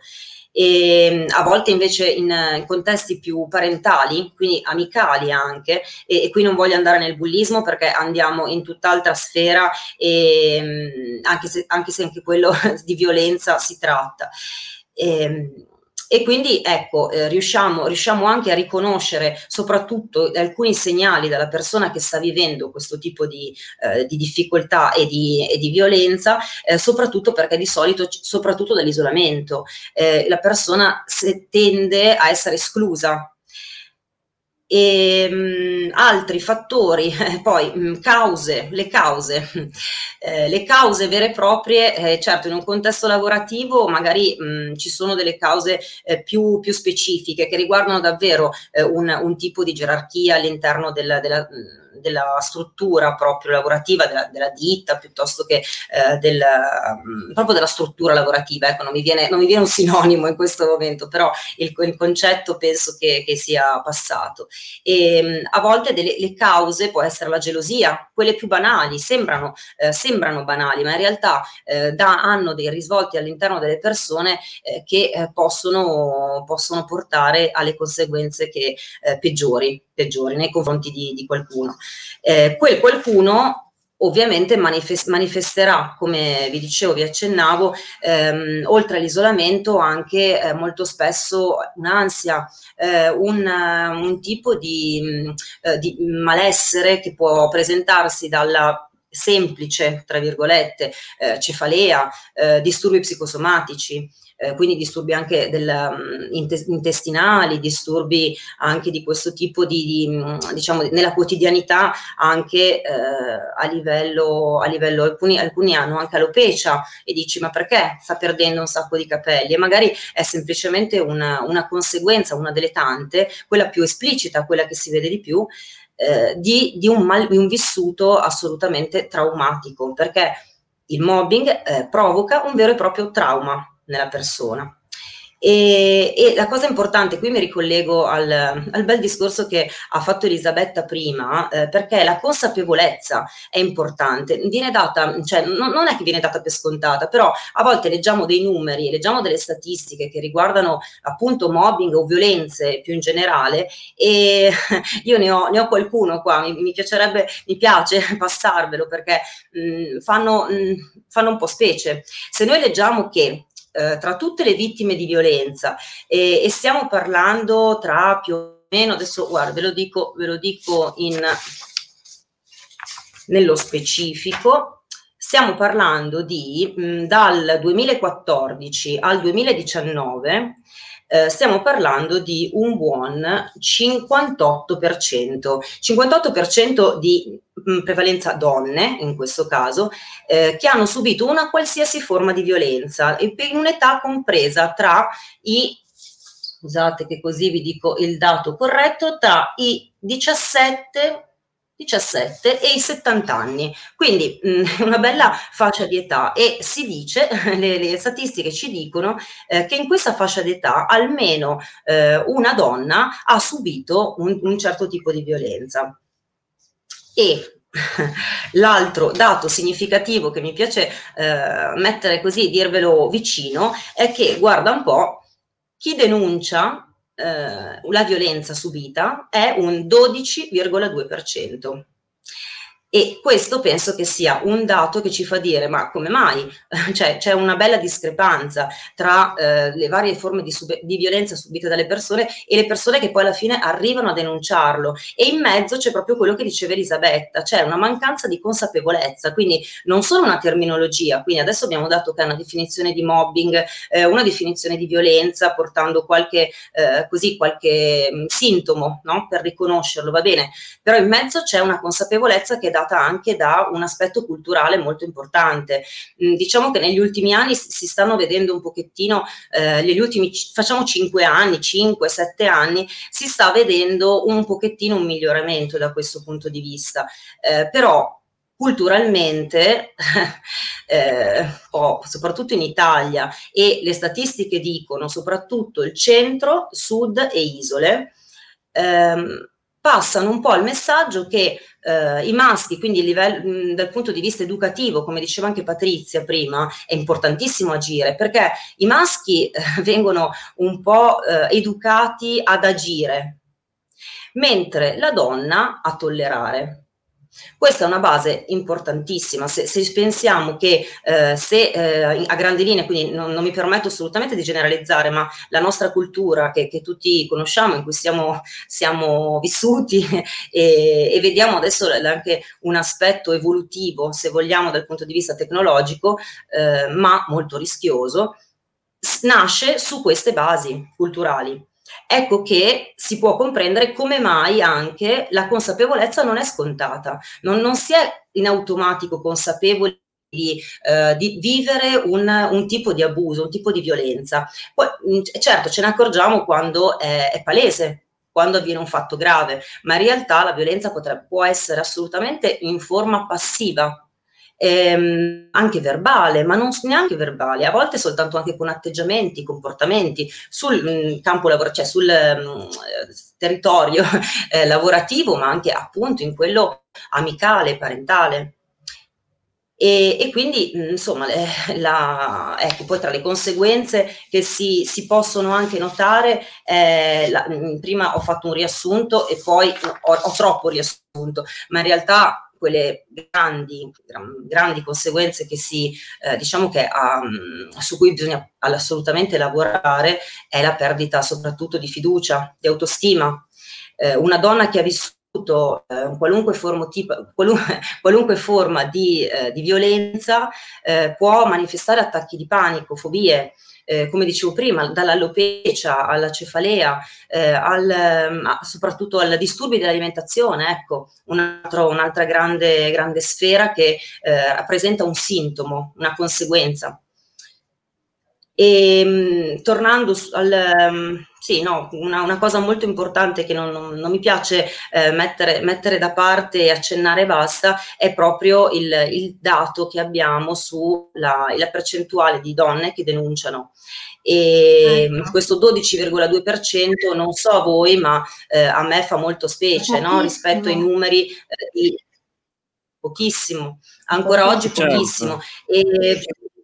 Speaker 5: E a volte invece in, in contesti più parentali, quindi amicali anche, e, e qui non voglio andare nel bullismo perché andiamo in tutt'altra sfera, e, anche, se, anche se anche quello di violenza si tratta. E, e quindi ecco, eh, riusciamo, riusciamo anche a riconoscere soprattutto alcuni segnali dalla persona che sta vivendo questo tipo di, eh, di difficoltà e di, e di violenza, eh, soprattutto perché di solito, soprattutto dall'isolamento, eh, la persona se, tende a essere esclusa. E mh, altri fattori, eh, poi mh, cause, le cause, eh, le cause vere e proprie, eh, certo in un contesto lavorativo magari mh, ci sono delle cause eh, più, più specifiche che riguardano davvero eh, un, un tipo di gerarchia all'interno della, della, della struttura proprio lavorativa, della, della ditta, piuttosto che eh, del, mh, proprio della struttura lavorativa, ecco non mi viene, non mi viene un sinonimo in questo momento, però il, il concetto penso che, che sia passato. E a volte delle, le cause può essere la gelosia, quelle più banali, sembrano, eh, sembrano banali, ma in realtà eh, da, hanno dei risvolti all'interno delle persone eh, che eh, possono, possono portare alle conseguenze che, eh, peggiori, peggiori nei confronti di, di qualcuno. Eh, quel qualcuno ovviamente manifest- manifesterà, come vi dicevo, vi accennavo, ehm, oltre all'isolamento anche eh, molto spesso un'ansia, eh, un, un tipo di, eh, di malessere che può presentarsi dalla semplice, tra virgolette, eh, cefalea, eh, disturbi psicosomatici, eh, quindi disturbi anche del, um, intestinali, disturbi anche di questo tipo di, di diciamo, nella quotidianità, anche eh, a livello, a livello alcuni, alcuni hanno anche alopecia, e dici ma perché sta perdendo un sacco di capelli? E magari è semplicemente una, una conseguenza, una delle tante, quella più esplicita, quella che si vede di più, eh, di, di, un mal, di un vissuto assolutamente traumatico, perché il mobbing eh, provoca un vero e proprio trauma nella persona. E, e la cosa importante, qui mi ricollego al, al bel discorso che ha fatto Elisabetta prima, eh, perché la consapevolezza è importante, viene data, cioè non, non è che viene data per scontata, però a volte leggiamo dei numeri, leggiamo delle statistiche che riguardano appunto mobbing o violenze più in generale, e io ne ho, ne ho qualcuno qua, mi, mi piacerebbe, mi piace passarvelo, perché mh, fanno, mh, fanno un po' specie. Se noi leggiamo che Eh, tra tutte le vittime di violenza, e, e stiamo parlando tra più o meno, adesso guarda, ve lo dico, ve lo dico in, nello specifico, stiamo parlando di mh, dal duemilaquattordici al duemiladiciannove, eh, stiamo parlando di un buon cinquantotto per cento, cinquantotto per cento di mh, prevalenza donne, in questo caso, eh, che hanno subito una qualsiasi forma di violenza, e in un'età compresa tra i, scusate che così vi dico il dato corretto, tra i diciassette e i settanta anni, quindi mh, una bella fascia di età, e si dice, le, le statistiche ci dicono eh, che in questa fascia d'età almeno eh, una donna ha subito un, un certo tipo di violenza. E l'altro dato significativo che mi piace eh, mettere così, dirvelo vicino, è che, guarda un po', chi denuncia eh, la violenza subita è un dodici virgola due per cento. E questo penso che sia un dato che ci fa dire, ma come mai? Cioè, c'è una bella discrepanza tra eh, le varie forme di, sub- di violenza subite dalle persone e le persone che poi alla fine arrivano a denunciarlo, e in mezzo c'è proprio quello che diceva Elisabetta, c'è una mancanza di consapevolezza, quindi non solo una terminologia, quindi adesso abbiamo dato che è una definizione di mobbing, eh, una definizione di violenza, portando qualche, eh, così, qualche mh, sintomo, no? Per riconoscerlo, va bene, però in mezzo c'è una consapevolezza che è data anche da un aspetto culturale molto importante. Mm, diciamo che negli ultimi anni si stanno vedendo un pochettino, eh, negli ultimi, facciamo cinque anni, cinque sette anni, si sta vedendo un pochettino un miglioramento da questo punto di vista, eh, però culturalmente, eh, oh, soprattutto in Italia, e le statistiche dicono soprattutto il centro, sud e isole, ehm, passano un po' il messaggio che eh, i maschi, quindi livello, mh, dal punto di vista educativo, come diceva anche Patrizia prima, è importantissimo agire, perché i maschi eh, vengono un po' eh, educati ad agire, mentre la donna a tollerare. Questa è una base importantissima. Se, se pensiamo che eh, se eh, a grandi linee, quindi non, non mi permetto assolutamente di generalizzare, ma la nostra cultura che, che tutti conosciamo, in cui siamo, siamo vissuti e, e vediamo adesso anche un aspetto evolutivo, se vogliamo, dal punto di vista tecnologico, eh, ma molto rischioso, nasce su queste basi culturali. Ecco che si può comprendere come mai anche la consapevolezza non è scontata, non, non si è in automatico consapevoli di, eh, di vivere un, un tipo di abuso, un tipo di violenza. Poi, certo, ce ne accorgiamo quando è, è palese, quando avviene un fatto grave, ma in realtà la violenza potrebbe, può essere assolutamente in forma passiva, Ehm, anche verbale, ma non neanche verbale, a volte soltanto anche con atteggiamenti, comportamenti sul mh, campo lavorativo, cioè sul mh, territorio eh, lavorativo, ma anche appunto in quello amicale, parentale. E, e quindi insomma eh, la, ecco, poi tra le conseguenze che si, si possono anche notare, eh, la, prima ho fatto un riassunto e poi ho, ho troppo riassunto, ma in realtà quelle grandi, grandi conseguenze che si, eh, diciamo che um, su cui bisogna assolutamente lavorare è la perdita soprattutto di fiducia, di autostima. Eh, una donna che ha vissuto eh, qualunque, forma, tipo, qualunque, qualunque forma di, eh, di violenza eh, può manifestare attacchi di panico, fobie, eh, come dicevo prima, dall'alopecia alla cefalea, eh, al, soprattutto al disturbi dell'alimentazione, ecco, un altro, un'altra grande, grande sfera che eh, rappresenta un sintomo, una conseguenza. E mh, tornando al um, sì, no, una, una cosa molto importante che non, non, non mi piace eh, mettere, mettere da parte e accennare e basta è proprio il, il dato che abbiamo sulla la percentuale di donne che denunciano. E ecco. Questo dodici virgola due per cento non so a voi, ma eh, a me fa molto specie, no? Rispetto ai numeri eh, di pochissimo, ancora oggi pochissimo. Certo. E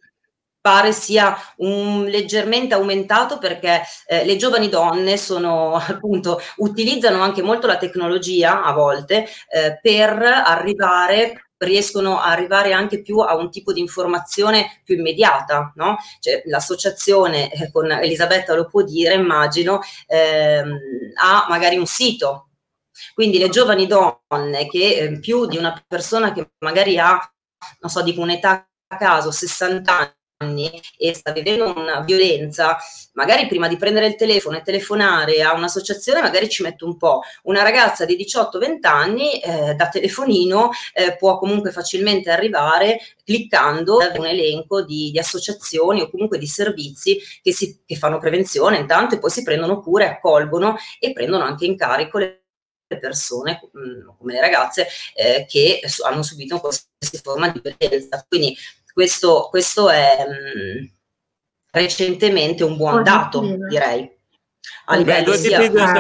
Speaker 5: pare sia un, leggermente aumentato perché eh, le giovani donne sono appunto utilizzano anche molto la tecnologia a volte eh, per arrivare riescono a arrivare anche più a un tipo di informazione più immediata, no? Cioè, l'associazione eh, con Elisabetta lo può dire, immagino, ehm, ha magari un sito, quindi le giovani donne che eh, più di una persona che magari ha, non so, dico un'età a caso, sessanta anni, e sta vivendo una violenza, magari prima di prendere il telefono e telefonare a un'associazione magari ci mette un po'. Una ragazza di diciotto venti anni eh, da telefonino eh, può comunque facilmente arrivare cliccando un elenco di, di associazioni o comunque di servizi che, si, che fanno prevenzione intanto e poi si prendono cure, accolgono e prendono anche in carico le persone come le ragazze eh, che hanno subito qualsiasi forma di violenza. Quindi Questo, questo è mh, recentemente un buon dato, direi. A livello sia...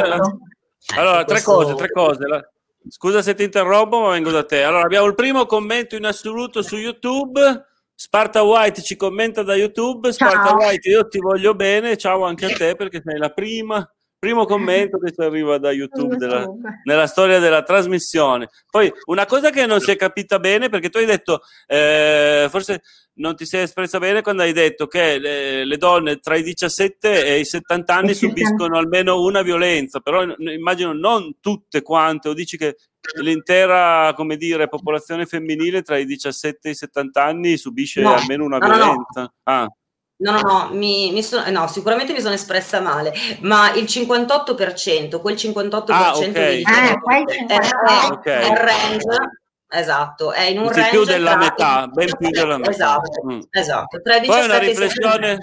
Speaker 1: Allora, tre questo... cose, tre cose. Scusa se ti interrompo, ma vengo da te. Allora, abbiamo il primo commento in assoluto su YouTube. Sparta White ci commenta da YouTube. Sparta Ciao. White, io ti voglio bene. Ciao anche a te, perché sei la prima... primo commento che ci arriva da YouTube della, nella storia della trasmissione. Poi una cosa che non si è capita bene, perché tu hai detto eh, forse non ti sei espressa bene quando hai detto che le, le donne tra i diciassette e i settanta anni subiscono almeno una violenza, però immagino non tutte quante, o dici che l'intera, come dire, popolazione femminile tra i diciassette e i settanta anni subisce no, almeno una no, violenza?
Speaker 5: No.
Speaker 1: Ah.
Speaker 5: No, no, no, mi, mi sono, no, sicuramente mi sono espressa male, ma il cinquantotto per cento, quel cinquantotto per cento ah, okay. dicevo, eh, è, è, okay. è il range, esatto, è in un
Speaker 1: Dici
Speaker 5: range
Speaker 1: più della
Speaker 5: tra,
Speaker 1: metà, ben più della metà.
Speaker 5: Esatto, mm. esatto. Tra
Speaker 1: poi una riflessione,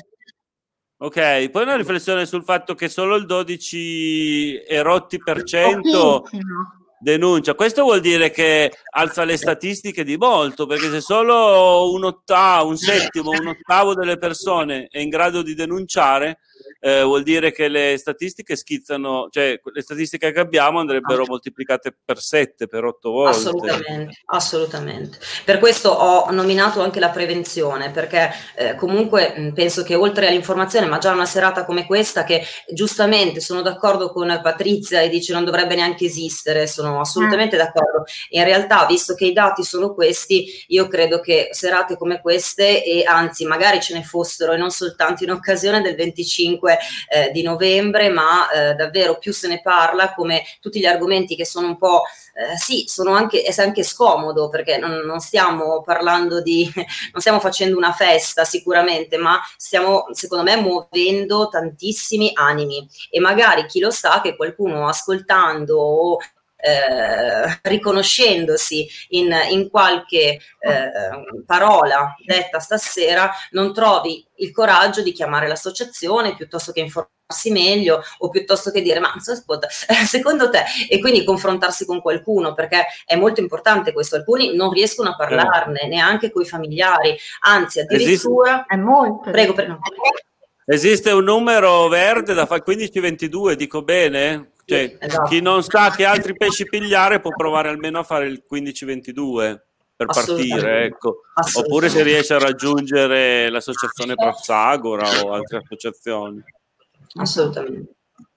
Speaker 1: ok, poi una riflessione sul fatto che solo il dodici e rotti per cento denuncia. Questo vuol dire che alza le statistiche di molto, perché se solo un ottavo, un settimo, un ottavo delle persone è in grado di denunciare, eh, vuol dire che le statistiche schizzano, cioè le statistiche che abbiamo andrebbero moltiplicate per sette, per otto volte.
Speaker 5: Assolutamente, assolutamente. Per questo ho nominato anche la prevenzione, perché eh, comunque mh, penso che oltre all'informazione, ma già una serata come questa, che giustamente sono d'accordo con Patrizia e dice non dovrebbe neanche esistere, sono assolutamente mm. d'accordo. In realtà, visto che i dati sono questi, io credo che serate come queste, e anzi magari ce ne fossero, e non soltanto in occasione del venticinque eh, di novembre, ma eh, davvero più se ne parla, come tutti gli argomenti che sono un po' eh, sì, sono anche, è anche scomodo, perché non, non stiamo parlando di, non stiamo facendo una festa sicuramente, ma stiamo secondo me muovendo tantissimi animi, e magari chi lo sa che qualcuno ascoltando o Eh, riconoscendosi in, in qualche eh, parola detta stasera non trovi il coraggio di chiamare l'associazione piuttosto che informarsi meglio, o piuttosto che dire ma ascolta, secondo te, e quindi confrontarsi con qualcuno, perché è molto importante questo. Alcuni non riescono a parlarne eh. neanche coi familiari, anzi addirittura
Speaker 2: Esiste, è molto
Speaker 5: prego, prego.
Speaker 1: Esiste un numero verde da fare, quindici ventidue, dico bene? Cioè, esatto. Chi non sa che altri pesci pigliare può provare almeno a fare il quindici ventidue per partire, ecco. Oppure se riesce a raggiungere l'associazione Prassagora o altre associazioni.
Speaker 5: Assolutamente.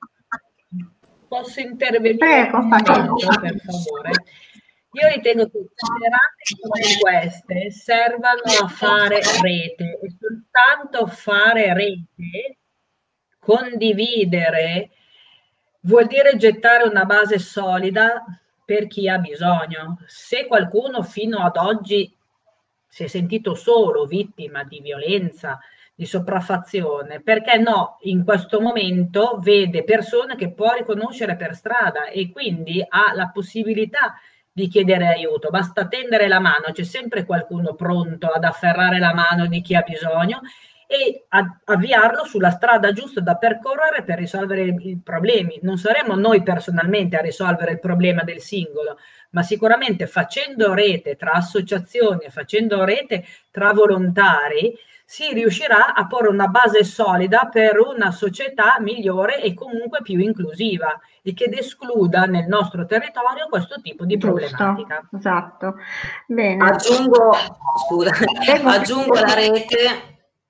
Speaker 3: Posso intervenire Prego, un momento, per favore? Io ritengo che serate come queste servano a fare rete, e soltanto fare rete, condividere, vuol dire gettare una base solida per chi ha bisogno. Se qualcuno fino ad oggi si è sentito solo vittima di violenza, di sopraffazione, perché no, in questo momento vede persone che può riconoscere per strada e quindi ha la possibilità di chiedere aiuto, basta tendere la mano, c'è sempre qualcuno pronto ad afferrare la mano di chi ha bisogno e avviarlo sulla strada giusta da percorrere per risolvere i problemi. Non saremo noi personalmente a risolvere il problema del singolo, ma sicuramente facendo rete tra associazioni e facendo rete tra volontari si riuscirà a porre una base solida per una società migliore e comunque più inclusiva e che escluda nel nostro territorio questo tipo di
Speaker 2: Giusto,
Speaker 3: problematica.
Speaker 2: Esatto. Bene.
Speaker 5: Aggiungo, scusa, aggiungo la rete.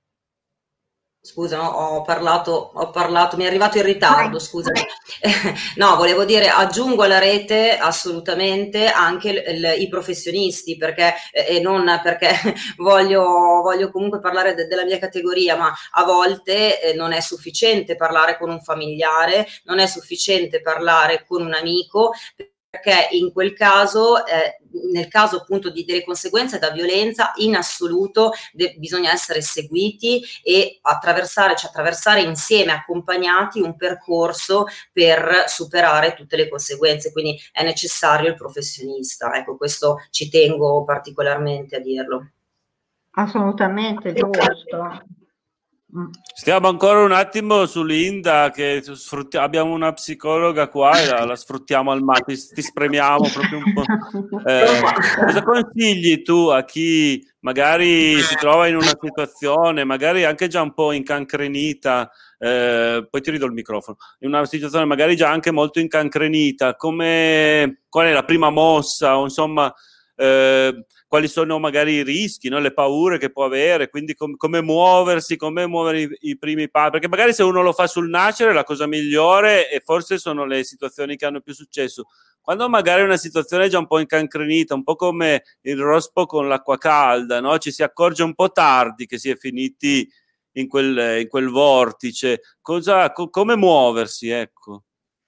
Speaker 5: Scusa, no, ho parlato, ho parlato, mi è arrivato in ritardo, scusa. No, volevo dire, aggiungo alla rete assolutamente anche il, il, i professionisti, perché, e non perché voglio, voglio comunque parlare de, della mia categoria, ma a volte eh, non è sufficiente parlare con un familiare, non è sufficiente parlare con un amico, perché in quel caso, eh, nel caso appunto di, delle conseguenze da violenza, in assoluto de- bisogna essere seguiti e attraversare, cioè attraversare insieme, accompagnati, un percorso per superare tutte le conseguenze, quindi è necessario il professionista, ecco, questo ci tengo particolarmente a dirlo.
Speaker 2: Assolutamente, giusto.
Speaker 1: Stiamo ancora un attimo su Linda, che abbiamo una psicologa qua e la, la sfruttiamo al massimo, ti, ti spremiamo proprio un po'. Eh, cosa consigli tu a chi magari si trova in una situazione, magari anche già un po' incancrenita, eh, poi ti ridò il microfono, in una situazione magari già anche molto incancrenita, come, qual è la prima mossa, o insomma... Eh, quali sono magari i rischi, no? Le paure che può avere, quindi com- come muoversi, come muovere i, i primi passi, perché magari se uno lo fa sul nascere è la cosa migliore e forse sono le situazioni che hanno più successo. Quando magari una situazione è già un po' incancrenita, un po' come il rospo con l'acqua calda, no? Ci si accorge un po' tardi che si è finiti in quel, in quel vortice. Cosa, co- come muoversi, ecco?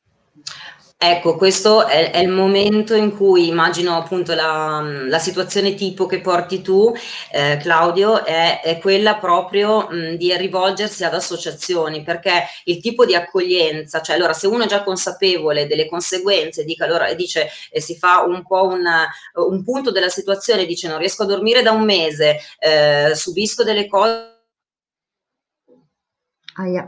Speaker 5: Ecco, questo è, è il momento in cui immagino appunto la, la situazione tipo che porti tu, eh, Claudio, è, è quella proprio mh, di rivolgersi ad associazioni, perché il tipo di accoglienza, cioè allora se uno è già consapevole delle conseguenze, dica, allora, e dice, e si fa un po' un, un punto della situazione, dice non riesco a dormire da un mese, eh, subisco delle cose.
Speaker 2: Ah, yeah.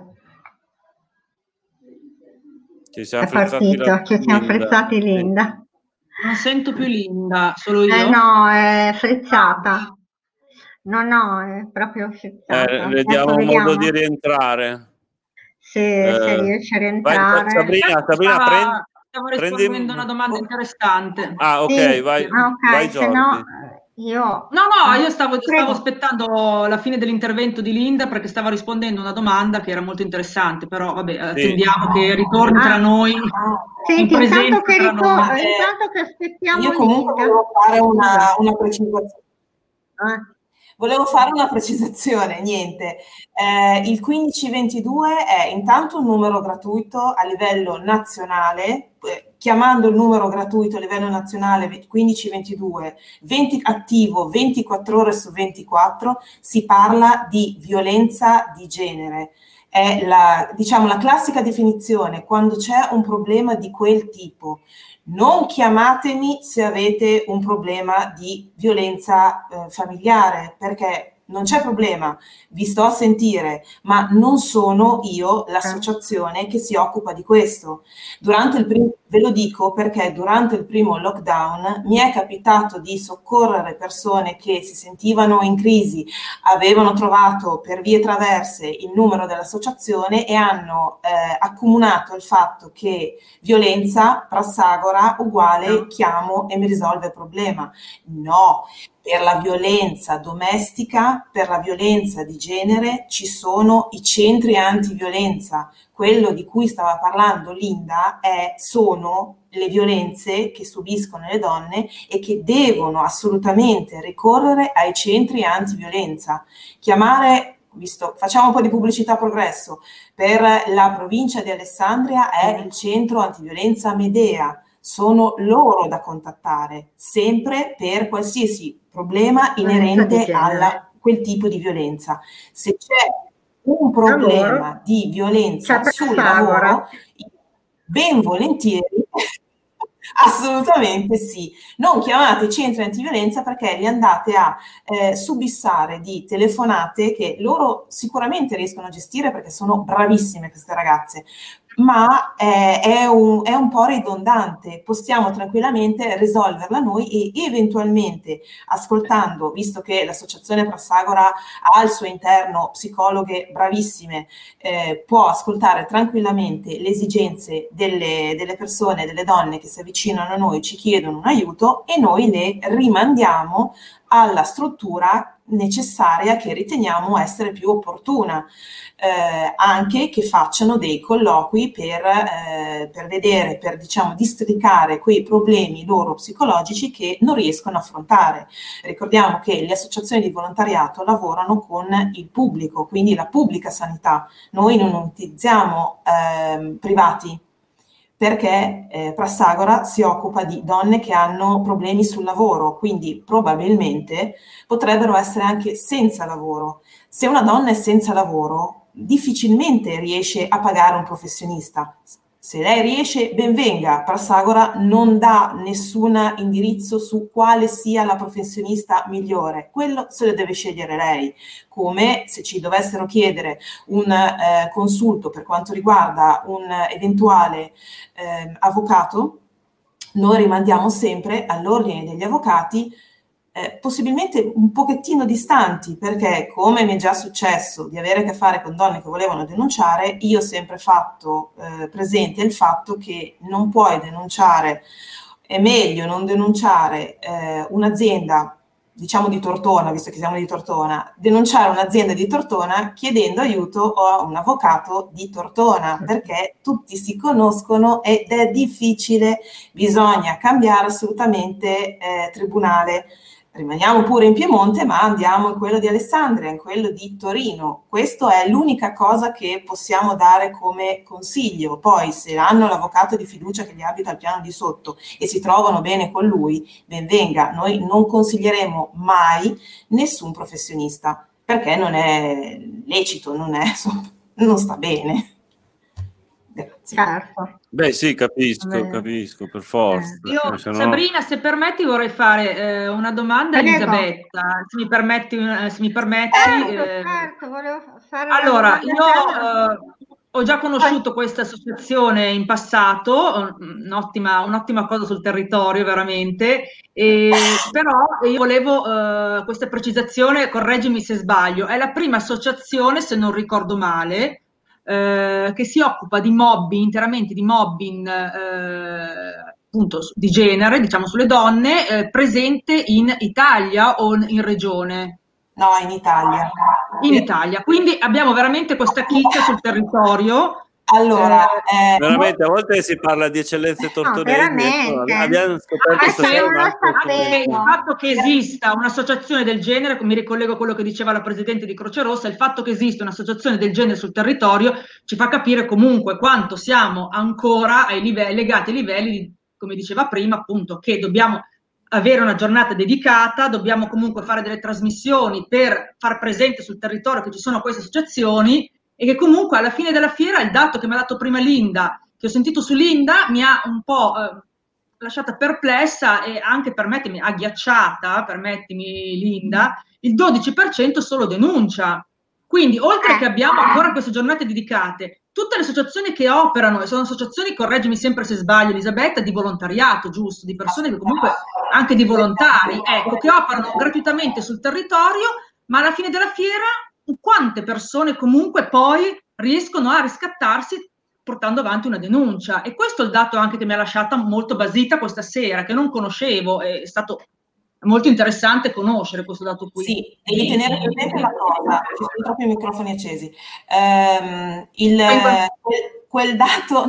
Speaker 1: Ci siamo
Speaker 2: è partito, ci siamo frizzati Linda.
Speaker 6: Non sento più Linda, solo io?
Speaker 2: Eh no, è frizzata. No, no, è proprio frizzata.
Speaker 1: Eh, le diamo un modo di rientrare.
Speaker 2: Se,
Speaker 1: eh,
Speaker 2: se riesce a rientrare.
Speaker 1: Vai, Sabrina, Sabrina
Speaker 6: stava,
Speaker 1: prendi,
Speaker 6: stavo rispondendo
Speaker 1: prendi...
Speaker 6: a una domanda interessante.
Speaker 1: Ah, ok,
Speaker 2: sì,
Speaker 1: vai,
Speaker 2: ah, okay,
Speaker 1: vai Jordi.
Speaker 2: No, io...
Speaker 6: No, no, io stavo, stavo aspettando la fine dell'intervento di Linda perché stava rispondendo a una domanda che era molto interessante, però vabbè, sì. Attendiamo che ritorni ah, tra noi.
Speaker 2: Senti, in intanto che, ritor- intanto che aspettiamo
Speaker 4: io comunque
Speaker 2: Linda.
Speaker 4: volevo fare una, una precisazione.
Speaker 2: Ah.
Speaker 4: Volevo fare una precisazione, niente. Eh, il quindici ventidue è intanto un numero gratuito a livello nazionale, eh, chiamando il numero gratuito a livello nazionale quindici ventidue, venti, attivo ventiquattro ore su ventiquattro, si parla di violenza di genere. È la, diciamo, la classica definizione quando c'è un problema di quel tipo. Non chiamatemi se avete un problema di violenza eh, familiare, perché non c'è problema, vi sto a sentire, ma non sono io l'associazione che si occupa di questo. Durante il primo, ve lo dico perché durante il primo lockdown mi è capitato di soccorrere persone che si sentivano in crisi, avevano trovato per vie traverse il numero dell'associazione e hanno eh, accomunato il fatto che violenza, Prassagora, uguale chiamo e mi risolve il problema. No. Per la violenza domestica, per la violenza di genere ci sono i centri antiviolenza. Quello di cui stava parlando Linda è, sono le violenze che subiscono le donne e che devono assolutamente ricorrere ai centri antiviolenza. Chiamare, visto, facciamo un po' di pubblicità a progresso, per la provincia di Alessandria è il centro antiviolenza Medea. sono loro da contattare, sempre per qualsiasi problema inerente a quel tipo di violenza. Se c'è un problema lavoro. di violenza c'è sul lavoro, ben volentieri, assolutamente sì. Non chiamate i centri antiviolenza perché li andate a eh, subissare di telefonate che loro sicuramente riescono a gestire perché sono bravissime queste ragazze, ma eh, è, un, è un po' ridondante. Possiamo tranquillamente risolverla noi e eventualmente ascoltando, visto che l'associazione Prassagora ha al suo interno psicologhe bravissime, eh, può ascoltare tranquillamente le esigenze delle, delle persone, delle donne che si avvicinano a noi, ci chiedono un aiuto e noi le rimandiamo alla struttura necessaria che riteniamo essere più opportuna, eh, anche che facciano dei colloqui per, eh, per vedere, per diciamo districare quei problemi loro psicologici che non riescono a affrontare. Ricordiamo che le associazioni di volontariato lavorano con il pubblico, quindi la pubblica sanità. Noi non utilizziamo eh, privati, perché eh, Prassagora si occupa di donne che hanno problemi sul lavoro, quindi probabilmente potrebbero essere anche senza lavoro. Se una donna è senza lavoro, difficilmente riesce a pagare un professionista. Se lei riesce, ben venga. Prassagora non dà nessun indirizzo su quale sia la professionista migliore. Quello se lo deve scegliere lei. Come se ci dovessero chiedere un eh, consulto per quanto riguarda un eventuale eh, avvocato, noi rimandiamo sempre all'ordine degli avvocati, eh, possibilmente un pochettino distanti, perché come mi è già successo di avere a che fare con donne che volevano denunciare, io ho sempre fatto eh, presente il fatto che non puoi denunciare, è meglio non denunciare eh, un'azienda, diciamo di Tortona, visto che siamo di Tortona, denunciare un'azienda di Tortona chiedendo aiuto a un avvocato di Tortona, perché tutti si conoscono ed è difficile, bisogna cambiare assolutamente eh, tribunale. Rimaniamo pure in Piemonte, ma andiamo in quello di Alessandria, in quello di Torino. Questa è l'unica cosa che possiamo dare come consiglio. Poi, se hanno l'avvocato di fiducia che gli abita al piano di sotto e si trovano bene con lui, ben venga. Noi non consiglieremo mai nessun professionista, perché non è lecito, non, è, non sta bene. Grazie.
Speaker 2: Certo.
Speaker 1: Beh sì, capisco, Vabbè. capisco, per forza.
Speaker 6: Io,
Speaker 1: eh, se no...
Speaker 6: Sabrina, se permetti vorrei fare eh, una domanda a Elisabetta, se mi permetti. Se mi permetti
Speaker 2: certo,
Speaker 6: eh...
Speaker 2: certo, volevo fare
Speaker 6: allora, io eh, ho già conosciuto questa associazione in passato, un'ottima, un'ottima cosa sul territorio veramente, e, però io volevo eh, questa precisazione, correggimi se sbaglio, è la prima associazione, se non ricordo male, Eh, che si occupa di mobbing, interamente di mobbing eh, appunto di genere, diciamo sulle donne, eh, presente in Italia o in regione?
Speaker 4: No, in Italia.
Speaker 6: In Italia, quindi abbiamo veramente questa chicca sul territorio.
Speaker 4: Allora,
Speaker 1: eh, veramente a volte si parla di eccellenze tortonesi,
Speaker 2: no,
Speaker 1: abbiamo scoperto
Speaker 6: anche anche il fatto che esista un'associazione del genere, mi ricollego a quello che diceva la presidente di Croce Rossa, il fatto che esista un'associazione del genere sul territorio ci fa capire comunque quanto siamo ancora ai livelli, legati ai livelli, di, come diceva prima, appunto, che dobbiamo avere una giornata dedicata, dobbiamo comunque fare delle trasmissioni per far presente sul territorio che ci sono queste associazioni, e che comunque alla fine della fiera il dato che mi ha dato prima Linda, che ho sentito su Linda, mi ha un po' eh, lasciata perplessa e anche, permettimi, agghiacciata, permettimi Linda, il dodici per cento solo denuncia. Quindi, oltre che abbiamo ancora queste giornate dedicate, tutte le associazioni che operano, e sono associazioni, correggimi sempre se sbaglio Elisabetta, di volontariato, giusto? Di persone che comunque, anche di volontari, ecco, che operano gratuitamente sul territorio, ma alla fine della fiera quante persone comunque poi riescono a riscattarsi portando avanti una denuncia. E questo è il dato anche che mi ha lasciata molto basita questa sera, che non conoscevo, è stato molto interessante conoscere questo dato qui.
Speaker 4: Sì, devi tenere presente una cosa, ci sono troppi microfoni accesi. Um, il, quel, quel, dato,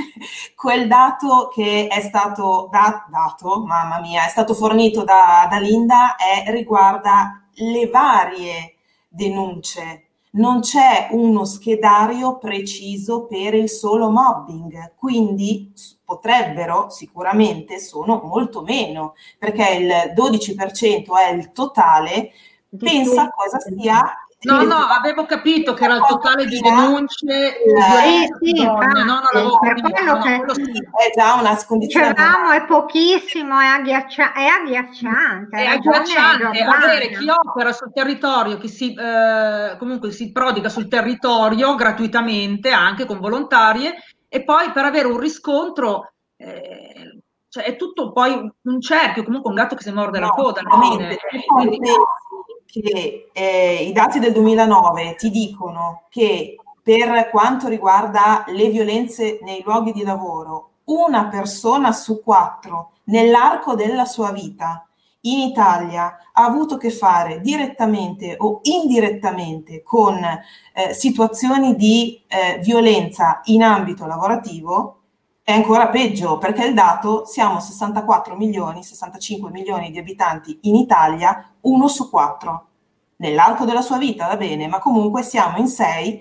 Speaker 4: quel dato che è stato da, dato, mamma mia, è stato fornito da, da Linda è, riguarda le varie denunce, non c'è uno schedario preciso per il solo mobbing, quindi potrebbero, sicuramente sono molto meno, perché il dodici per cento è il totale. Pensa cosa sia.
Speaker 6: No, no, avevo capito che era il totale di denunce di violenza
Speaker 2: sì,
Speaker 6: su donne, no, no, l'avevo
Speaker 2: per
Speaker 6: capito,
Speaker 2: quello
Speaker 6: no, no,
Speaker 2: che
Speaker 6: quello sì.
Speaker 4: È già una condizione.
Speaker 2: Dicevamo, è pochissimo, è, agghiaccia- è agghiacciante.
Speaker 6: È
Speaker 2: hai ragione,
Speaker 6: agghiacciante
Speaker 2: Giordana.
Speaker 6: avere chi opera sul territorio, chi si, eh, comunque si prodiga sul territorio gratuitamente, anche con volontarie, e poi per avere un riscontro, eh, cioè è tutto poi un cerchio, comunque un gatto che si morde la
Speaker 4: No,
Speaker 6: coda alla fine.
Speaker 4: e poi pensi che eh, i dati del duemilanove ti dicono che per quanto riguarda le violenze nei luoghi di lavoro, una persona su quattro nell'arco della sua vita in Italia ha avuto a che fare direttamente o indirettamente con eh, situazioni di eh, violenza in ambito lavorativo. È ancora peggio, perché il dato, siamo sessantaquattro milioni, sessantacinque milioni di abitanti in Italia, uno su quattro. Nell'arco della sua vita, va bene, ma comunque siamo in sei,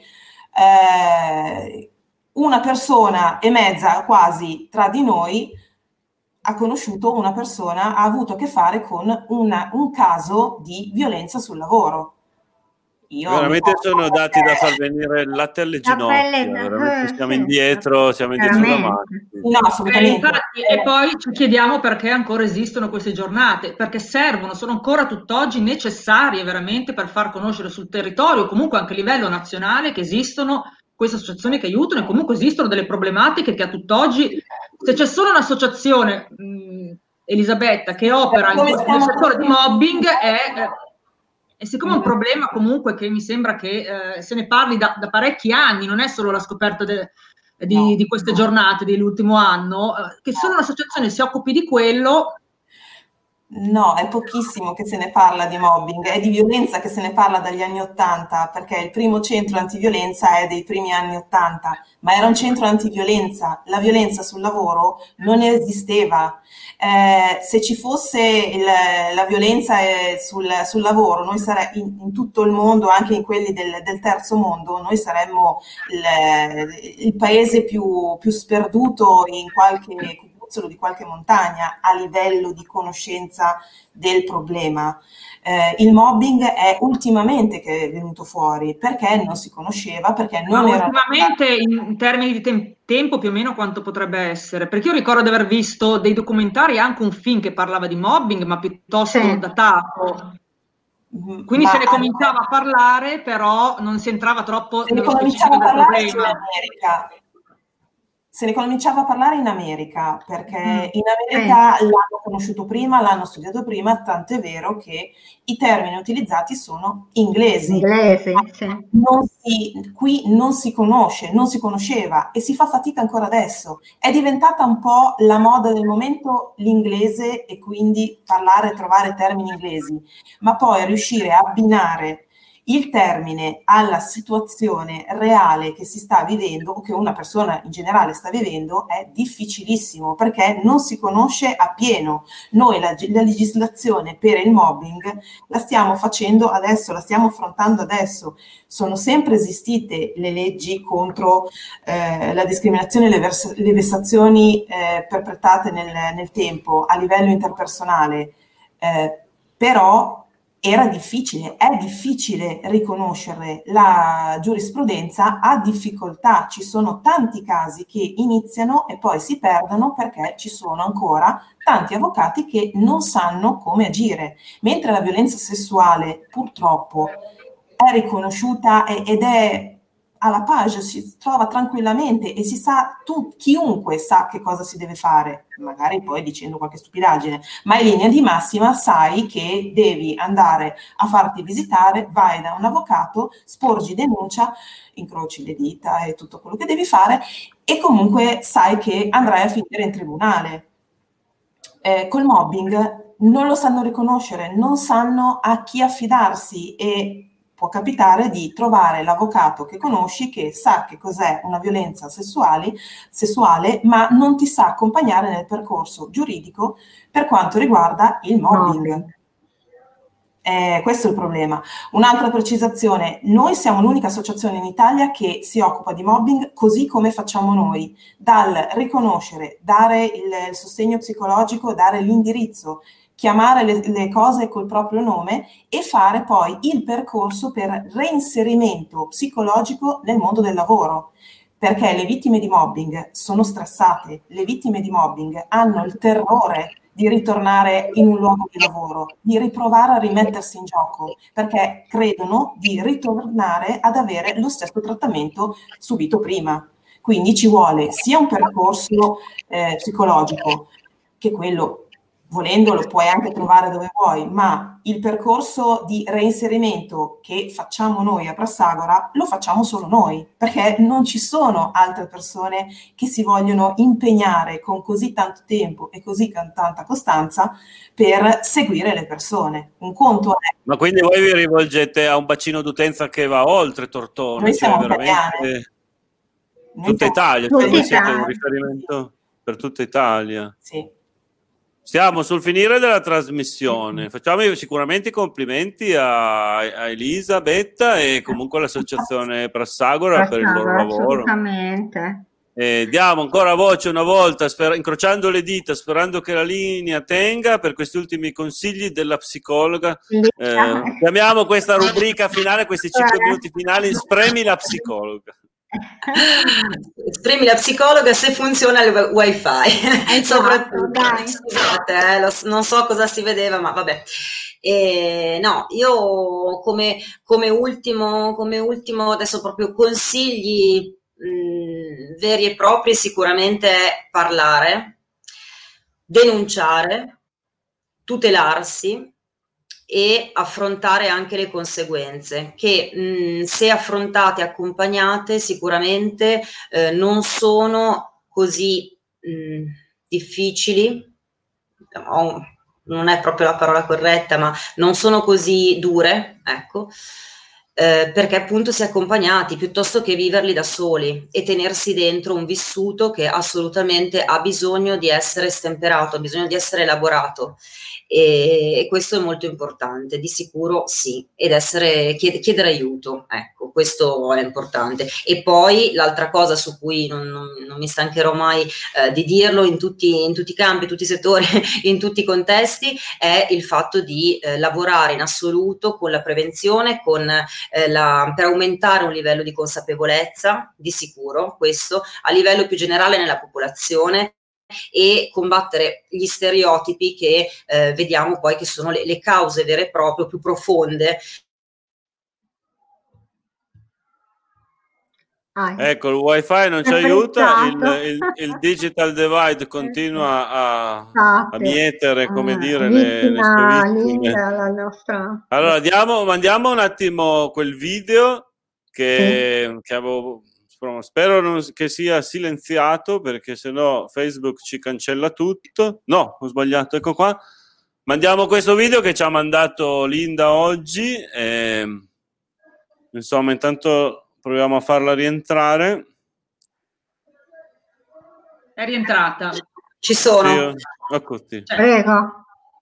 Speaker 4: eh, una persona e mezza quasi tra di noi ha conosciuto una persona, ha avuto a che fare con una, un caso di violenza sul lavoro. Io
Speaker 1: veramente sono dati da far venire il latte alle ginocchia, veramente siamo indietro, siamo indietro da mano.
Speaker 4: No, assolutamente.
Speaker 6: Eh, infatti, e poi ci chiediamo perché ancora esistono queste giornate, perché servono, sono ancora tutt'oggi necessarie veramente per far conoscere sul territorio, comunque anche a livello nazionale, che esistono queste associazioni che aiutano e comunque esistono delle problematiche che a tutt'oggi, se c'è solo un'associazione, mh, Elisabetta, che opera in questo settore di mobbing, è... E siccome è un problema comunque che mi sembra che eh, se ne parli da, da parecchi anni, non è solo la scoperta de, di, no. di queste giornate dell'ultimo anno, eh, che solo un'associazione si occupi di quello.
Speaker 4: No, è pochissimo che se ne parla di mobbing, è di violenza che se ne parla dagli anni Ottanta, perché il primo centro antiviolenza è dei primi anni Ottanta, ma era un centro antiviolenza, la violenza sul lavoro non esisteva. Eh, se ci fosse il, la violenza sul, sul lavoro, noi sare- in, in tutto il mondo, anche in quelli del, del terzo mondo, noi saremmo il, il paese più, più sperduto in qualche solo di qualche montagna a livello di conoscenza del problema. Eh, il mobbing è ultimamente che è venuto fuori, perché non si conosceva, perché non
Speaker 6: Ma
Speaker 4: era...
Speaker 6: ultimamente in termini di te- tempo più o meno quanto potrebbe essere? Perché io ricordo di aver visto dei documentari e anche un film che parlava di mobbing, ma piuttosto sì. datato. Quindi ma se ne cominciava a parlare, però non si entrava troppo nello specifico del problema.
Speaker 4: Se ne cominciava a parlare in America, perché in America mm. l'hanno conosciuto prima, l'hanno studiato prima, tanto è vero che i termini utilizzati sono inglesi.
Speaker 2: Inglesi, sì.
Speaker 4: Non si, qui non si conosce, non si conosceva e si fa fatica ancora adesso. È diventata un po' la moda del momento l'inglese e quindi parlare, trovare termini inglesi, ma poi riuscire a abbinare il termine alla situazione reale che si sta vivendo o che una persona in generale sta vivendo è difficilissimo, perché non si conosce appieno. Noi la, la legislazione per il mobbing la stiamo facendo adesso, la stiamo affrontando adesso. Sono sempre esistite le leggi contro eh, la discriminazione e le, vers- le vessazioni eh, perpetrate nel, nel tempo a livello interpersonale, eh, però era difficile, è difficile riconoscere, la giurisprudenza ha difficoltà, ci sono tanti casi che iniziano e poi si perdono perché ci sono ancora tanti avvocati che non sanno come agire, mentre la violenza sessuale purtroppo è riconosciuta ed è alla page, si trova tranquillamente e si sa, tu, chiunque sa che cosa si deve fare, magari poi dicendo qualche stupidaggine, ma in linea di massima sai che devi andare a farti visitare, vai da un avvocato, sporgi denuncia, incroci le dita e tutto quello che devi fare e comunque sai che andrai a finire in tribunale. Eh, col mobbing non lo sanno riconoscere, non sanno a chi affidarsi e può capitare di trovare l'avvocato che conosci che sa che cos'è una violenza sessuale, sessuale, ma non ti sa accompagnare nel percorso giuridico per quanto riguarda il mobbing. Eh, questo è il problema. Un'altra precisazione, noi siamo l'unica associazione in Italia che si occupa di mobbing così come facciamo noi, dal riconoscere, dare il, il sostegno psicologico, dare l'indirizzo, chiamare le, le cose col proprio nome e fare poi il percorso per reinserimento psicologico nel mondo del lavoro. Perché le vittime di mobbing sono stressate, le vittime di mobbing hanno il terrore di ritornare in un luogo di lavoro, di riprovare a rimettersi in gioco, perché credono di ritornare ad avere lo stesso trattamento subito prima. Quindi ci vuole sia un percorso eh, psicologico, che quello, volendo, lo puoi anche trovare dove vuoi, ma il percorso di reinserimento che facciamo noi a Prassagora lo facciamo solo noi, perché non ci sono altre persone che si vogliono impegnare con così tanto tempo e così tanta costanza per seguire le persone. Un conto è...
Speaker 1: Ma quindi voi vi rivolgete a un bacino d'utenza che va oltre Tortona?
Speaker 4: Noi siamo
Speaker 1: cioè veramente
Speaker 4: noi
Speaker 1: tutta
Speaker 4: siamo...
Speaker 1: Italia,
Speaker 2: Tutta
Speaker 1: cioè voi
Speaker 2: Italia.
Speaker 1: siete un riferimento per tutta Italia.
Speaker 4: Sì.
Speaker 1: Siamo sul finire della trasmissione. Facciamo sicuramente i complimenti a, a Elisabetta e comunque all'associazione Prassagora per il loro lavoro.
Speaker 2: Assolutamente.
Speaker 1: Eh, diamo ancora voce una volta, sper- incrociando le dita, sperando che la linea tenga, per questi ultimi consigli della psicologa. Eh, chiamiamo questa rubrica finale, questi cinque minuti finali, spremi la psicologa.
Speaker 5: Spremi la psicologa se funziona il wifi.
Speaker 2: Esatto,
Speaker 5: Soprattutto,
Speaker 2: dai.
Speaker 5: scusate, eh, lo, non so cosa si vedeva, ma vabbè. Eh, no, io come, come ultimo, come ultimo adesso proprio consigli mh, veri e propri sicuramente è parlare, denunciare, tutelarsi e affrontare anche le conseguenze che mh, se affrontate accompagnate sicuramente eh, non sono così mh, difficili, oh, non è proprio la parola corretta, ma non sono così dure, ecco, eh, perché appunto si è accompagnati piuttosto che viverli da soli e tenersi dentro un vissuto che assolutamente ha bisogno di essere stemperato, ha bisogno di essere elaborato. E, e questo è molto importante, di sicuro sì, ed essere chied- chiedere aiuto, ecco, questo è importante. E poi l'altra cosa su cui non, non, non mi stancherò mai eh, di dirlo in tutti, in tutti i campi, in tutti i settori, in tutti i contesti, è il fatto di eh, lavorare in assoluto con la prevenzione, con, eh, la, per aumentare un livello di consapevolezza, di sicuro, questo a livello più generale nella popolazione, e combattere gli stereotipi che eh, vediamo poi che sono le, le cause vere e proprie più profonde.
Speaker 2: Ah,
Speaker 1: Ecco, il wifi non ci aiuta, il, il, il digital divide continua a, a mietere, come
Speaker 2: ah,
Speaker 1: dire, le, le sue vittime.
Speaker 2: La nostra...
Speaker 1: Allora, diamo, mandiamo un attimo quel video che, sì. che avevo... Spero non, che sia silenziato, perché sennò Facebook ci cancella tutto. No, ho sbagliato, ecco qua. Mandiamo questo video che ci ha mandato Linda oggi. E, insomma, intanto proviamo a farla rientrare.
Speaker 6: È rientrata.
Speaker 5: Ci sono.
Speaker 1: Sì, ecco sì.
Speaker 2: Prego.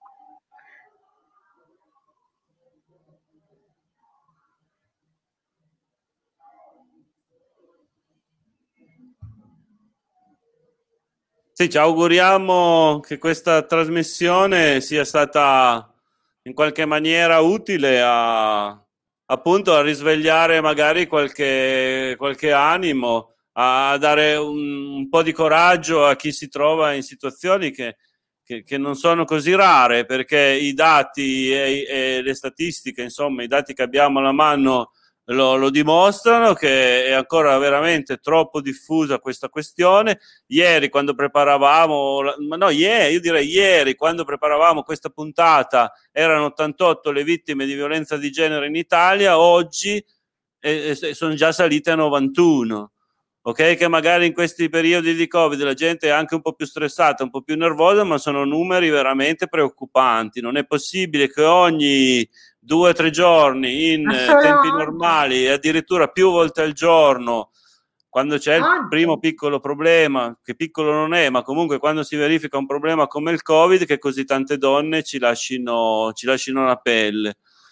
Speaker 1: Sì, ci auguriamo che questa trasmissione sia stata in qualche maniera utile a, appunto, a risvegliare magari qualche, qualche animo, a dare un, un po' di coraggio a chi si trova in situazioni che, che, che non sono così rare, perché i dati e, e le statistiche, insomma, i dati che abbiamo alla mano Lo, lo dimostrano, che è ancora veramente troppo diffusa questa questione. Ieri quando preparavamo, ma no, ieri, io direi ieri, quando preparavamo questa puntata erano ottantotto le vittime di violenza di genere in Italia, oggi eh, sono già salite a novantuno. Ok, che magari in questi periodi di Covid la gente è anche un po' più stressata, un po' più nervosa, ma sono numeri veramente preoccupanti. Non è possibile che ogni due o tre giorni in tempi normali e addirittura più volte al giorno, quando c'è il primo piccolo problema, che piccolo non è, ma comunque quando si verifica un problema come il Covid, che così tante donne ci lascino, ci lascino la pelle.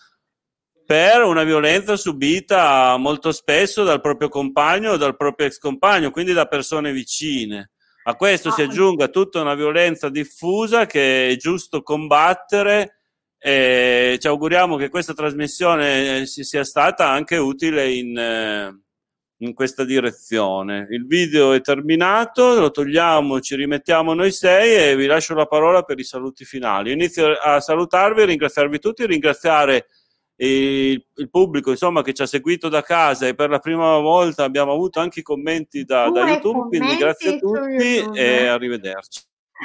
Speaker 1: per una violenza subita molto spesso dal proprio compagno o dal proprio ex compagno, quindi da persone vicine. A questo si aggiunga tutta una violenza diffusa che è giusto combattere, e ci auguriamo che questa trasmissione sia stata anche utile in, in questa direzione. Il video è terminato, lo togliamo, ci rimettiamo noi sei e vi lascio la parola per i saluti finali. Inizio a salutarvi, ringraziarvi tutti, ringraziare il, il pubblico insomma che ci ha seguito da casa, e per la prima volta abbiamo avuto anche i commenti da, da YouTube, quindi grazie a tutti e arrivederci.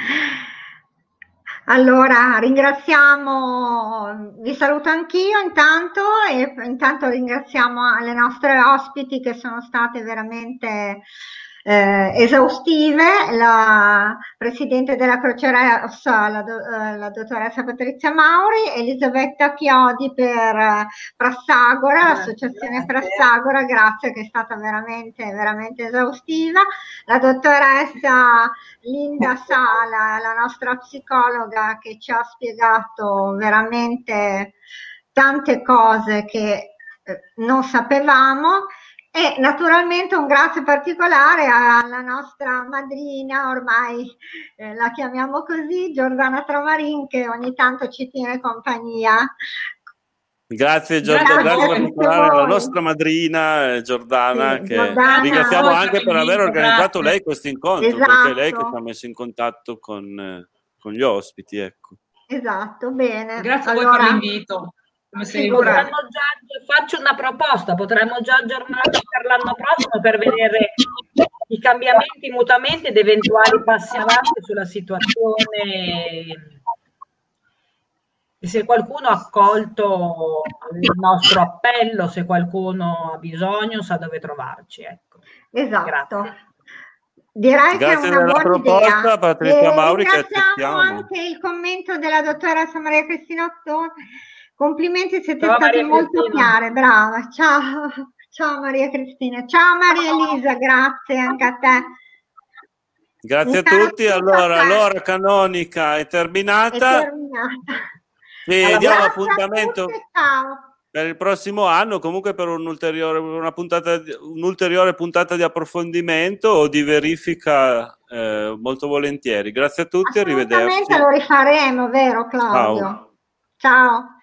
Speaker 2: Allora ringraziamo, vi saluto anch'io intanto, e intanto ringraziamo le nostre ospiti che sono state veramente Eh, esaustive, la Presidente della Croce Rossa, la, do, eh, la dottoressa Patrizia Mauri, Elisabetta Chiodi per eh, Prassagora, l'associazione Prassagora, grazie, che è stata veramente, veramente esaustiva, la dottoressa Linda Sala, la nostra psicologa, che ci ha spiegato veramente tante cose che eh, non sapevamo. E naturalmente un grazie particolare alla nostra madrina, ormai eh, la chiamiamo così, Giordana Tramarin, che ogni tanto ci tiene compagnia.
Speaker 1: Grazie Giordana, grazie, grazie particolare alla nostra madrina Giordana, sì, che Giordana, ringraziamo anche per aver organizzato grazie. lei questo incontro, esatto. Perché è lei che ci ha messo in contatto con, con gli ospiti. Ecco.
Speaker 2: Esatto, bene.
Speaker 6: Grazie allora, a voi per l'invito. Come
Speaker 3: sì, potremmo già, faccio una proposta, potremmo già aggiornarci per l'anno prossimo per vedere i cambiamenti, i mutamenti ed eventuali passi avanti sulla situazione, e se qualcuno ha accolto il nostro appello, se qualcuno ha bisogno sa dove trovarci. Ecco.
Speaker 2: Esatto.
Speaker 3: Grazie.
Speaker 2: Direi
Speaker 1: Grazie
Speaker 2: che è una buona
Speaker 1: proposta,
Speaker 2: idea.
Speaker 1: Patrizia
Speaker 2: e
Speaker 1: Mauri, che
Speaker 2: ringraziamo anche il commento della dottoressa Maria Cristina Ottone. Complimenti, siete Ciao, state Maria molto Cristina. chiare, brava. Ciao. Ciao Maria Cristina. Ciao Maria Elisa, grazie anche a te.
Speaker 1: Grazie a tutti. Allora, l'ora canonica è terminata.
Speaker 2: È terminata.
Speaker 1: Sì, diamo appuntamento per il prossimo anno, comunque per un ulteriore, una puntata, un'ulteriore puntata di approfondimento o di verifica, eh, molto volentieri. Grazie a tutti, arrivederci.
Speaker 2: Lo rifaremo, vero Claudio?
Speaker 1: Ciao.
Speaker 2: Ciao.